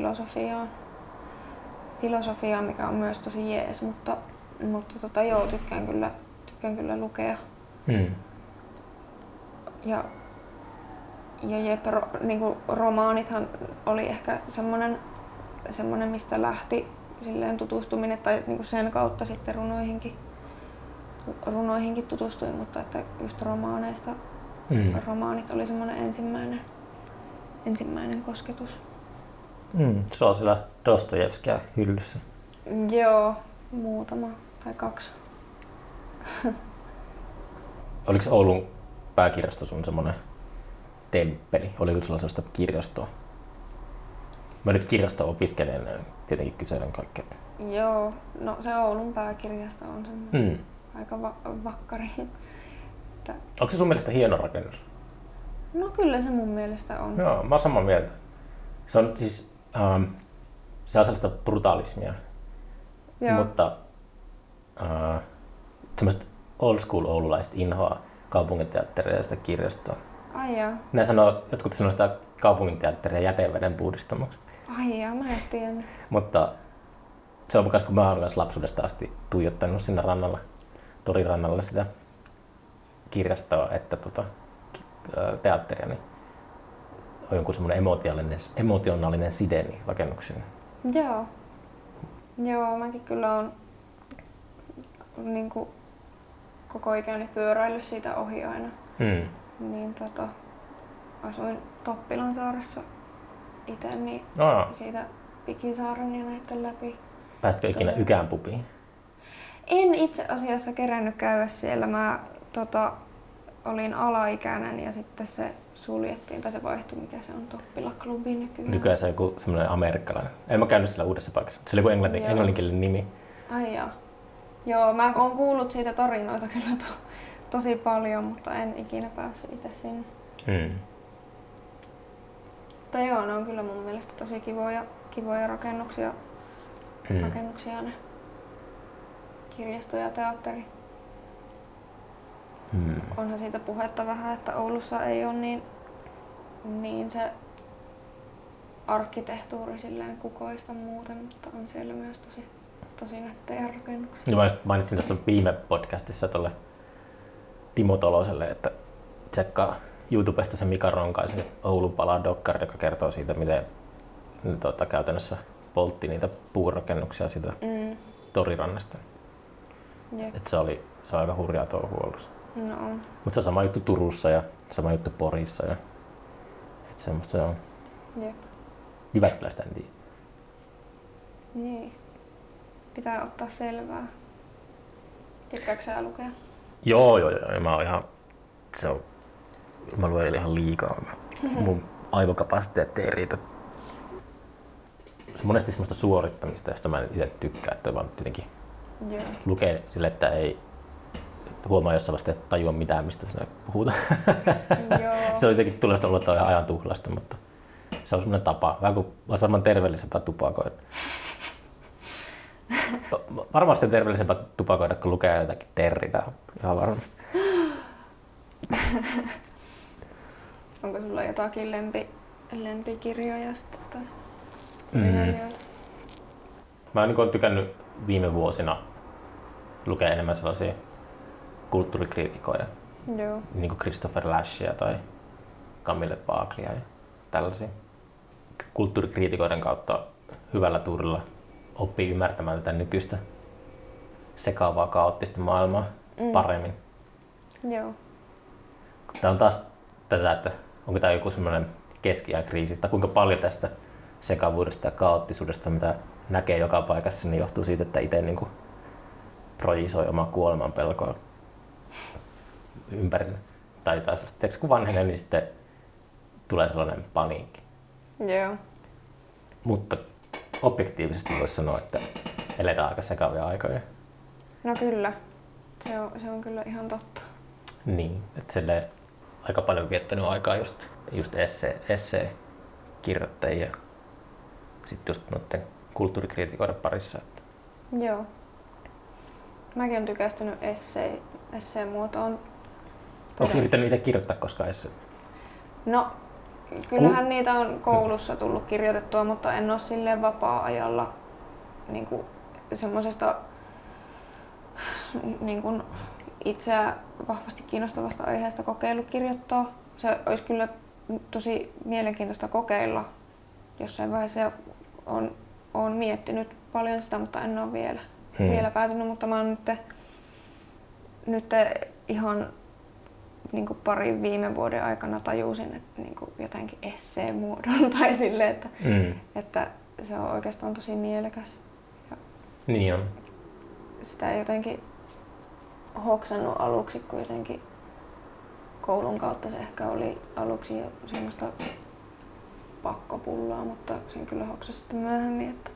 filosofiaan, mikä on myös tosi jees, mutta joo, tykkään kyllä lukea. Ja niinku romaanithan oli ehkä semmonen mistä lähti silleen tutustuminen tai niinku sen kautta sitten runoihinkin tutustuin, mutta että just romaaneista romaanit oli semmoinen ensimmäinen kosketus. Se on siellä Dostojevskia hyllyssä. Joo, muutama tai 2. Oliko Oulun pääkirjasto sun semmoinen temppeli? Oliko sulla sellaista kirjastoa? Mä nyt kirjasto-opiskelijana tietenkin kyselen kaikkea. Joo, no se Oulun pääkirjasto on semmoinen aika vakkari. Onko se sun mielestä hieno rakennus? No kyllä se mun mielestä on. Joo, mä oon samaa mieltä. Se on siis se on sellaista brutaalismia, mutta semmoista old school oululaiset inhoa kaupunginteatteria ja sitä kirjastoa. Ai jaa. Jotkut sanoo sitä kaupunginteatteria jäteveden puhdistamoksi. Ai jaa, mä en tiedä. Mutta se on mukaan, kun mä oon myös lapsuudesta asti tuijottanut sinne torirannalla sitä kirjastoa, että teatteria, niin on jonkun semmoinen emotionaalinen side niin rakennuksiin. Joo, mäkin kyllä oon niinku koko ikäni pyöräillyt siitä ohi aina. Niin asuin Toppilansaaressa itse, niin siitä Pikisaaren ja näitten läpi. Pääsitkö ikinä Ykään pubiin? En itse asiassa kerännyt käydä siellä. Mä olin alaikäinen ja sitten se suljettiin tai se vaihtui, mikä se on, Toppila-klubi nykyään. Nykyään se on joku semmoinen amerikkalainen. En mä käynyt siellä uudessa paikassa. Se oli joku englanninkielinen nimi. Ai jaa. Joo, mä oon kuullut siitä tarinoita kyllä tosi paljon, mutta en ikinä päässyt itse sinne. Mutta joo, ne on kyllä mun mielestä tosi kivoja rakennuksia ne kirjasto ja teatteri. Onhan siitä puhetta vähän, että Oulussa ei ole niin se arkkitehtuuri silleen kukoista muuten, mutta on siellä myös tosi nättejä rakennuksia. Mä mainitsin tässä viime podcastissa tuolle Timo Toloselle, että tsekkaa YouTubesta se Mika Ronkaisen Oulun palaa dokkari, joka kertoo siitä, miten ne käytännössä poltti niitä puurakennuksia siitä torirannasta. Et se on aika hurjaa touhua Oulussa. No. Mutta se on sama juttu Turussa ja sama juttu Porissa. Et semmoista se on. Jyväskylästä en tiedä. Niin. Pitää ottaa selvää. Tykkääkö sä lukea? Joo. Mä oon ihan... Mä luen ihan liikaa. Mun aivokapasiteetti ei riitä. Se on monesti semmoista suorittamista, josta mä en itse tykkää. Että vaan tietenkin lukee sille, että ei huomaa jossain vasta, että tajua mitään, mistä sinä puhutaan. Joo. Se on jotenkin tulosta olla ihan ajan tuhlasta, mutta se on semmoinen tapa. Vähän kuin olisi varmaan terveellisempää tupakoida. Varmasti on terveellisempää tupakoida, kun lukee jotakin Derridaa. Ihan varmasti. Onko sulla jotakin lempikirjoja sitten? Tai Mä oon tykännyt viime vuosina lukea enemmän sellaisia kulttuurikriitikoita. Joo. Niin kuin Christopher Lashia tai Camille Paglia ja tällaisia. Kulttuurikriitikoiden kautta hyvällä tuurilla oppii ymmärtämään tätä nykyistä sekaavaa, kaoottista maailmaa paremmin. Joo. Tämä on taas tätä, että onko tämä joku semmoinen keskiajan kriisi, tai kuinka paljon tästä sekavuudesta ja kaoottisuudesta, mitä näkee joka paikassa, niin johtuu siitä, että itse niin projisoi omaa kuoleman pelkoa ympärille. Tai sellaista, kun vanhenee, niin sitten tulee sellainen paniikki. Joo. Mutta objektiivisesti voisi sanoa, että eletään aika sekavia aikoja. No kyllä, se on kyllä ihan totta. Niin, että silleen aika paljon viettänyt aikaa just essee-kirjoittajia, sitten just noiden kulttuurikriitikoiden parissa. Joo. Mäkin olen tykästynyt esseen muotoon. Onko yrittänyt itse kirjoittaa koskaan esseen? No, kyllähän niitä on koulussa tullut kirjoitettua, mutta en ole silleen vapaa-ajalla niinku semmosesta niinku itseä vahvasti kiinnostavasta aiheesta kokeillut kirjoittaa. Se olisi kyllä tosi mielenkiintoista kokeilla jossain vaiheessa ja olen miettinyt paljon sitä, mutta en ole vielä päätynyt, mutta mä oon nyt ihan niin kuin parin viime vuoden aikana tajusin, että niin kuin jotenkin esseen muodon tai silleen, että se on oikeastaan tosi mielekäs. Ja niin on. sitä ei jotenkin hoksannut aluksi, kun jotenkin koulun kautta se ehkä oli aluksi jo semmoista pakkopullaa, mutta sen kyllä hoksasi sitten myöhemmin, että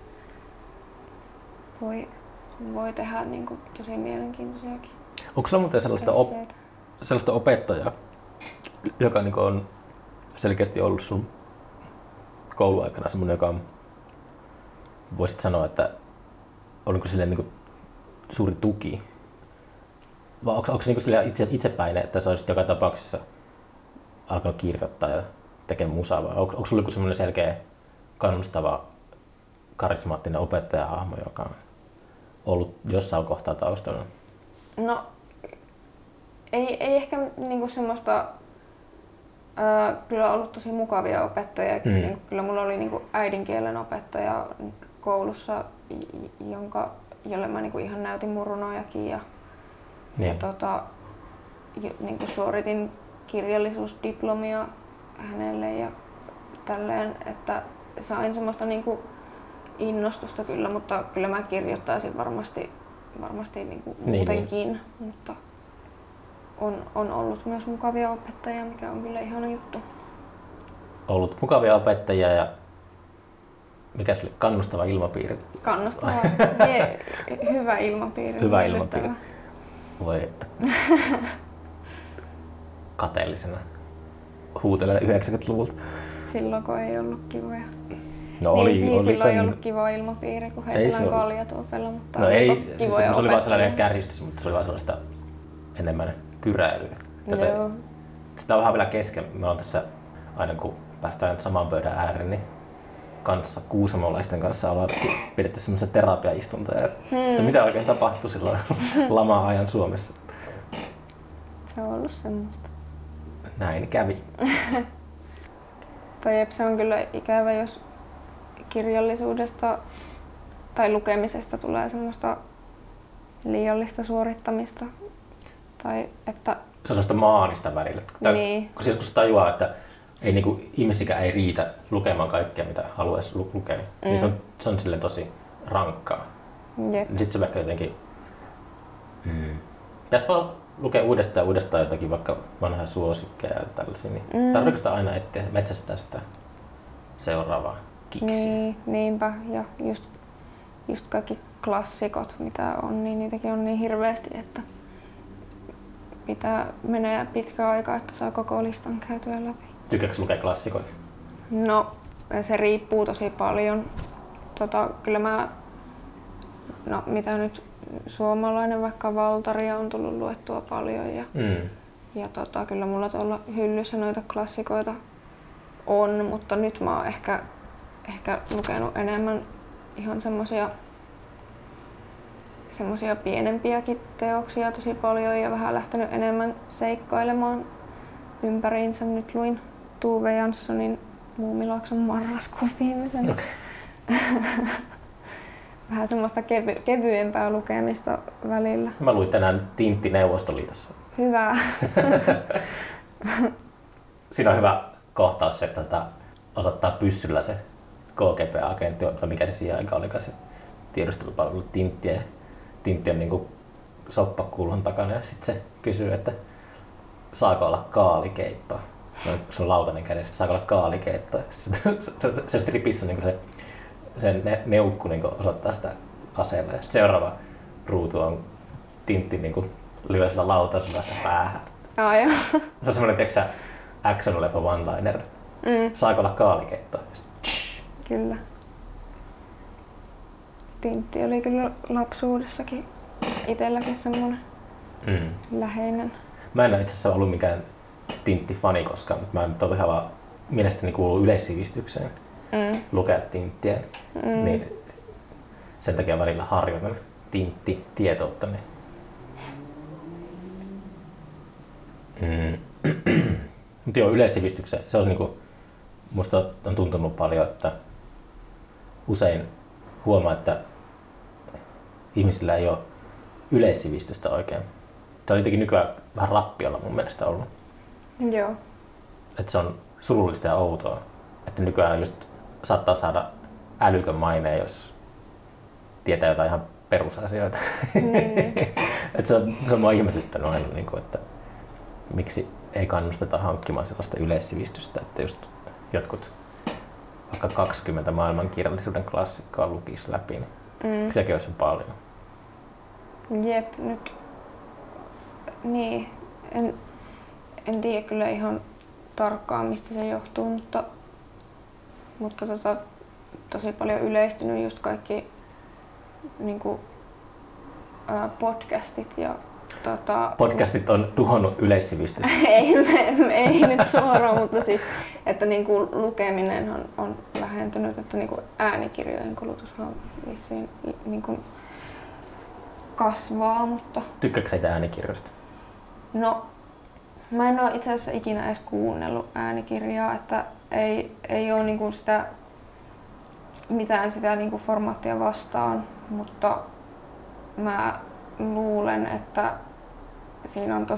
voi tehdä niin kuin tosi mielenkiintoisiakin. Onko sulla muuten sellaista opettajaa, joka niin on selkeästi ollut sun kouluaikana semmoinen, joka voisit sanoa, että oliko silleen niin suuri tuki? Vai onko se niin itsepäinen, että sä olisit joka tapauksessa alkanut kirjoittaa ja tekemään musaa? Vai onko sulla joku semmoinen selkeä, kannustava, karismaattinen opettajahahmo, joka on ollut jossain kohtaa taustalla? No, ei ehkä niinku semmoista, kyllä on ollut tosi mukavia opettajia. Niinku, kyllä mulla oli niinku äidinkielen opettaja koulussa, jolle mä niinku ihan näytin mun runojakin ja niinku suoritin kirjallisuusdiplomia hänelle ja tälleen, että sain semmoista niinku innostusta kyllä, mutta kyllä mä kirjoittaisin varmasti niinku muutenkin, mutta on ollut myös mukavia opettajia, mikä on kyllä ihana juttu. Ollut mukavia opettajia ja mikä se oli? Kannustava ilmapiiri? Kannustava, hyvä ilmapiiri. Hyvä ilmapiiri. Voi että. Kateellisena huutelee 90-luvulta. Silloin kun ei ollut kivoja. No oli silloin ei ollut kiva ilmapiiri, kun heitellään kaljatuopella, mutta no ei, se oli vaan sellainen kärjistys, mutta se oli vaan sellaista enemmän kyräilyä. Sitä on vähän vielä kesken. Me on tässä aina kun päästään saman pöydän ääreen, niin kanssa kuusamolaisten kanssa ollaan pidetty semmoisia terapiaistuntoja. Että mitä oikein tapahtui silloin lama-ajan Suomessa? Se on ollut semmoista. Näin kävi. Se on kyllä ikävä, jos kirjallisuudesta tai lukemisesta tulee semmoista liiallista suorittamista. Tai että se on sellaista maanista välillä. Niin. Kun joskus tajuaa, että ei, niin kuin, ihmisikään ei riitä lukemaan kaikkea, mitä haluaisi lukea, niin se on silleen tosi rankkaa. Sitten se ehkä jotenkin pitäisi vaan lukea uudestaan jotakin vaikka vanhaa suosikkeja ja tällaisia, niin tarvitsetko sitä aina etsiä metsästää sitä seuraavaa kiksiä? Niinpä, ja just kaikki klassikot mitä on, niin niitäkin on niin hirveästi, että menee pitkä aika, että saa koko listan käytyä läpi. Tykkääkö lukea klassikoita? No, se riippuu tosi paljon. Kyllä mitä nyt suomalainen vaikka Valtaria on tullut luettua paljon ja kyllä mulla tuolla hyllyssä noita klassikoita on, mutta nyt mä oon ehkä lukenut enemmän ihan semmosia pienempiäkin teoksia tosi paljon ja vähän lähtenyt enemmän seikkailemaan ympäriinsä. Nyt luin Tove Janssonin Muumilaakson marraskuun viimeisen. Okay. Vähän semmoista kevyempää lukemista välillä. Mä luin tänään Tintti Neuvostoliitossa. Hyvä. Siinä on hyvä kohtaus se, että osoittaa pyssyllä se KGB-agentti, tai mikä se siihen aikaan olikaan se tiedustelupalvelu Tintti. Tintti on niinku soppakullon takana ja sitten se kysyy, että saako olla kaalikeitto. No, se on lautanen kädessä, saako olla kaalikeitto. Se stripissä on niinku se neukku niinku osoittaa sitä aseella. Ja seuraava ruutu on Tintti niinku lyö sillä lautasella sitä päähän. Oh, joo. Se on semmoinen, tiiäksä, action-leffa one-liner. Saako olla kaalikeitto? Kyllä. Tintti oli kyllä lapsuudessakin itselläkin semmoinen läheinen. Mä en ole itse asiassa ollut mikään Tintti-fani koskaan, mutta mä nyt olen ihan vaan mielestäni kuuluu yleissivistykseen lukea Tinttiä. Niin sen takia välillä harjoitan Tintti-tietoutta. Mutta joo, yleissivistykseen. Se on niinku, musta on tuntunut paljon, että usein huomaa, että ihmisillä ei ole yleissivistystä oikein. Se on jotenkin nykyään vähän rappiolla mun mielestä ollut. Joo. Että se on surullista ja outoa. Että nykyään just saattaa saada älykön maineen, jos tietää jotain ihan perusasioita. Että se on mua ihmetyttänyt aina, että miksi ei kannusteta hankkimaan sellaista yleissivistystä, että just jotkut vaikka 20 maailmankirjallisuuden klassikkoa lukisi läpi, niin sekin olisi paljon. Jep, nyt niin. En tiedä kyllä ihan tarkkaan mistä se johtuu, mutta tosi paljon yleistynyt just kaikki niinku, podcastit ja Podcastit on tuhonnut yleissivistystä. ei nyt suoraan, mutta siis, että niinku lukeminen on vähentynyt, että niinku äänikirjojen kulutushan vissiin niinku kasvaa, mutta... Tykkääkö sä itse äänikirjoista? No, mä en ole itse asiassa ikinä edes kuunnellut äänikirjaa, että ei ole niinku mitään sitä niinku formaattia vastaan, mutta mä luulen, että siinä on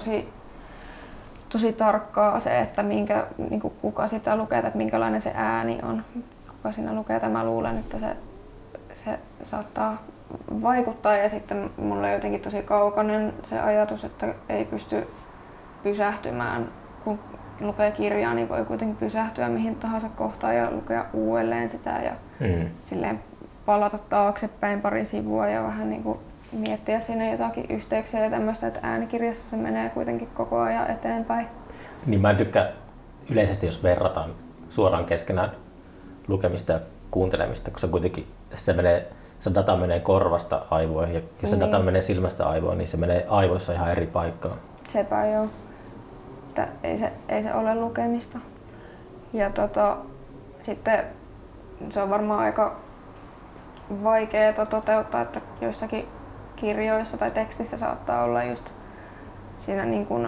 tosi tarkkaa se, että niinku kuka sitä lukee, että minkälainen se ääni on, kuka siinä lukee. Mä luulen, että se saattaa vaikuttaa ja sitten mulle on jotenkin tosi kaukainen se ajatus, että ei pysty pysähtymään. Kun lukee kirjaa, niin voi kuitenkin pysähtyä mihin tahansa kohtaan ja lukea uudelleen sitä ja silleen palata taaksepäin pari sivua ja vähän niinku miettiä sinne jotakin yhteyksiä ja tämmöistä, että äänikirjassa se menee kuitenkin koko ajan eteenpäin. Niin mä en tykkää yleisesti, jos verrataan suoraan keskenään lukemista ja kuuntelemista, koska kuitenkin se data menee korvasta aivoihin ja jos se data menee silmästä aivoon, niin se menee aivoissa ihan eri paikkaan. Sepä joo. Että ei se ole lukemista. Ja sitten se on varmaan aika vaikeaa toteuttaa, että joissakin kirjoissa tai tekstissä saattaa olla just siinä niin kuin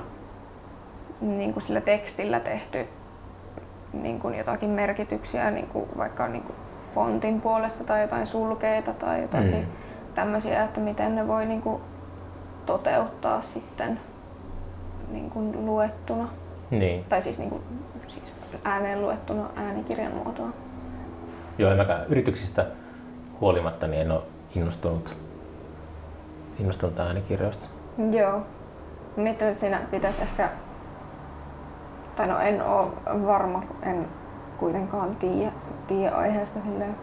sillä tekstillä tehty niin kuin jotakin merkityksiä, niin kuin vaikka niin kuin fontin puolesta tai jotain sulkeita tai jotakin tämmöisiä, että miten ne voi niin kuin toteuttaa sitten niin kuin luettuna. Niin. Tai siis, niin kuin, siis ääneen luettuna äänikirjan muotoa. Joo, en mäkään yrityksistä huolimatta niin en ole innostunut äänikirjoista. Joo. Mietin, että siinä pitäisi ehkä, tai no en ole varma, en kuitenkaan tiedä aiheesta silleen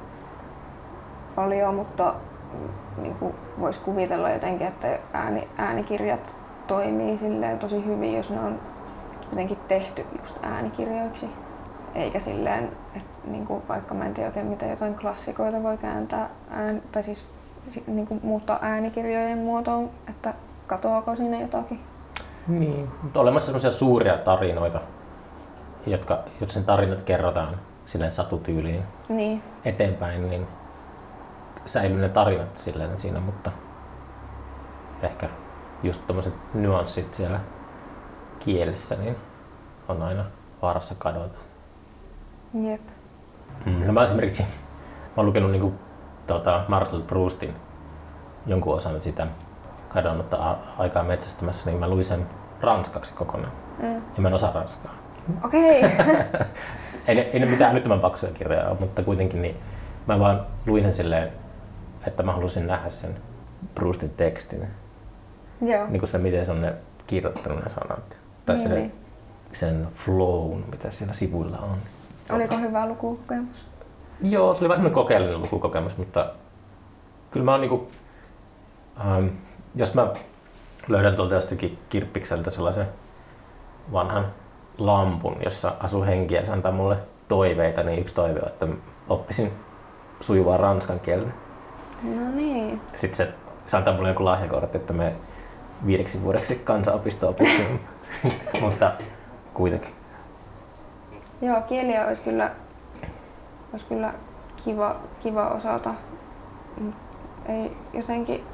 paljon, mutta niin kuin voisi kuvitella jotenkin, että äänikirjat toimii silleen tosi hyvin, jos ne on jotenkin tehty just äänikirjoiksi. Eikä silleen, että niinku, vaikka mä en tiedä oikein miten jotain klassikoita voi kääntää tai siis niinku, muuttaa äänikirjojen muotoon, että katoako siinä jotakin. Niin, mutta olemassa sellaisia suuria tarinoita, jos sen tarinat kerrotaan silleen satutyyliin niin. Eteenpäin, niin säilyy ne tarinat silleen siinä, mutta ehkä just tommoset nyanssit siellä kielessä niin on aina vaarassa kadota. Jep. No mä esimerkiksi oon lukenut niinku, Marcel Proustin jonkun osan sitä kadonnutta aikaa metsästämässä, niin mä luin sen ranskaksi kokonaan. Ja mä en osaa ranskaa. Okei. ei ne mitään älyttömän paksuja kirjoja ole, mutta kuitenkin niin mä vaan luin sen silleen, että mä halusin nähdä sen Proustin tekstin. Joo. Niin kuin se, miten se on ne kirjoittanut ne sanat. Tai sen flown, mitä siellä sivuilla on. Oliko hyvä lukukokemus? Joo, se oli vähän semmoinen kokeellinen lukukokemus, mutta kyllä mä oon niinku, jos mä löydän tuolta jostakin kirppikseltä sellaisen vanhan lampun, jossa asuu henki ja se antaa mulle toiveita, niin yksi toive on, että oppisin sujuvaa ranskan kieltä. No niin. Sitten se antaa mulle joku lahjakortti, että me 5 vuodeksi kansanopisto opiskelemaan. Mutta kuitenkin. Joo, kieliä olisi kyllä kiva osata. Ei jotenkin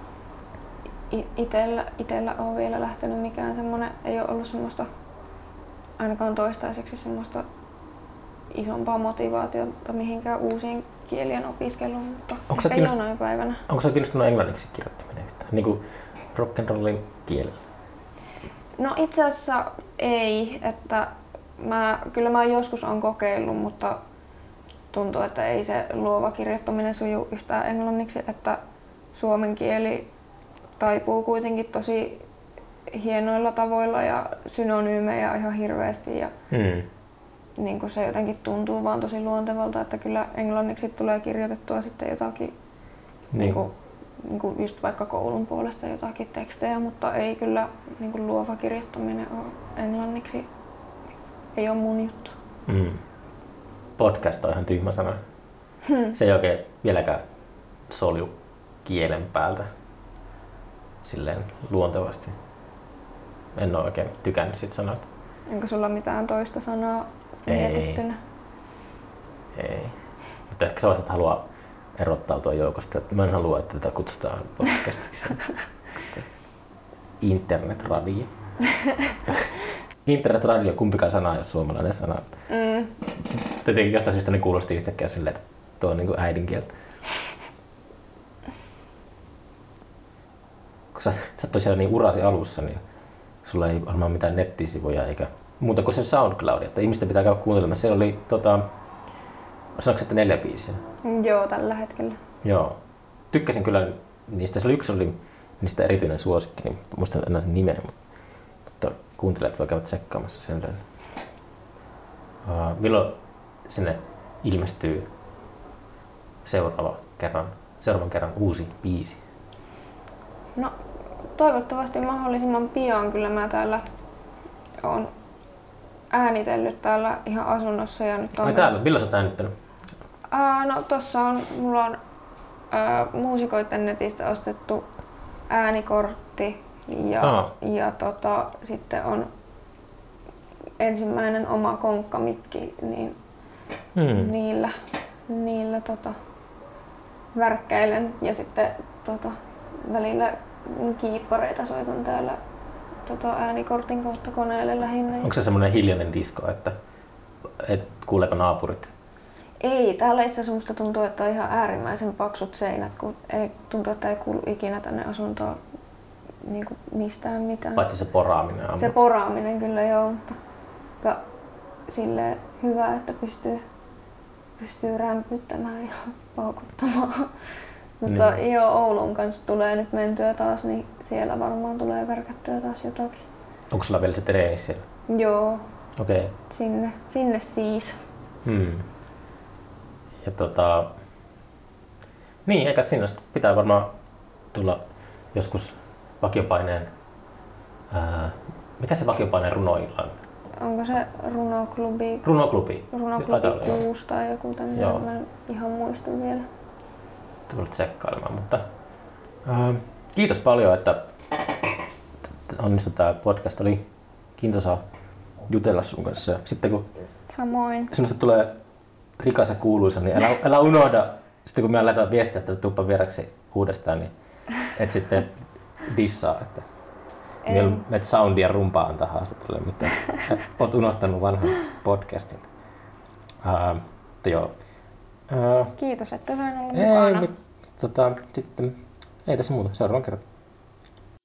itellä ole vielä lähtenyt mikään semmoinen, ei ole ollut semmoista, ainakaan toistaiseksi semmoista isompaa motivaatiota mihinkään uusien kielien opiskeluun, mutta ehkä jonain päivänä. Onko sä kiinnostunut englanniksi kirjoittaminen yhtään? Niin kuin rock'n'rollin kielellä? No itse asiassa ei, että kyllä mä joskus on kokeillut, mutta tuntuu, että ei se luova kirjoittaminen suju yhtään englanniksi, että suomen kieli taipuu kuitenkin tosi hienoilla tavoilla ja synonyymejä ihan hirveästi ja niin kuin se jotenkin tuntuu vaan tosi luontevalta, että kyllä englanniksi tulee kirjoitettua sitten jotakin niin kuin just vaikka koulun puolesta jotakin tekstejä, mutta ei kyllä niin kuin luova kirjoittaminen ole englanniksi, ei ole mun juttu. Podcast on ihan tyhmä sana. Se ei oikein vieläkään solju kielen päältä silleen luontevasti. En ole oikein tykännyt siitä sanasta. Onko sulla mitään toista sanaa mietittynä? Ei. Mutta ehkä sellaiset haluaa erottautua joukosta. Mä en halua, että tätä kutsutaan podcastiksi. Internetradio. Internetradio, kumpikaan sana ei ole suomalainen sana. Tietenkin jostain syystä ne kuulosti yhtäkkiä silleen, että tuo on niin kuin äidinkieltä. Kun sä oot tosiaan niin urasi alussa, niin sulla ei varmaan mitään nettisivuja eikä muuta kuin se SoundCloud, että ihmisten pitää käydä kuuntelemassa. Siellä oli, sanoiko että 4 biisiä? Joo, tällä hetkellä. Joo. Tykkäsin kyllä niistä. Se oli yksi oli niistä erityinen suosikki, niin muistan enää sen nimeä, mutta kuuntelijat voi käydä tsekkaamassa sen. Milloin sinne ilmestyy seuraavan kerran uusi biisi? No, toivottavasti mahdollisimman pian. Kyllä mä täällä oon äänitellyt täällä ihan asunnossa. Ja nyt on täällä? Milloin sä oot äänittänyt? No tossa mulla on muusikoiden netistä ostettu äänikortti ja sitten on ensimmäinen oma konkkamikki, niin niillä värkkäilen ja sitten välillä kiippareita soitan täällä äänikortin kautta koneelle lähinnä. Onko se semmoinen hiljainen disko, että kuuleeko naapurit? Ei, täällä itse asiassa musta tuntuu, että on ihan äärimmäisen paksut seinät, kun tuntuu, että ei kuulu ikinä tänne asuntoon niin kuin mistään mitään. Paitsi se poraaminen. Se poraaminen kyllä joo, mutta silleen hyvä, että pystyy rämpyttämään ja paukuttamaan. Mutta joo, Oulun kanssa tulee nyt mentyä taas, niin siellä varmaan tulee värkättyä taas jotakin. Onko sulla vielä se treeni siellä? Joo. Okei. Okay. Sinne siis. Ja niin, eikä sinne pitää varmaan tulla joskus vakiopaineen Mikä se vakiopainen runoillan? Onko se runoklubi? Runoklubi. Runoklubi 6 tai joku tämmöinen, mä en ihan muista vielä. Tulet tsekkailemaan, mutta kiitos paljon, että onnistui tämä podcast. Oli kiintoisaa jutella sun kanssa. Sitten kun Samoin. sinusta tulee rikas ja kuuluisa, niin älä unohda, sitten kun me laitetaan viestiä, että tuppa vieraksi uudestaan, niin et sitten dissaa, että menet soundia rumpaa antaa haastattelulle, mutta olet unohtanut vanhan podcastin. Joo. Kiitos, että sain olla mukana. Sitten ei tässä muuta. Seuraavan kerran.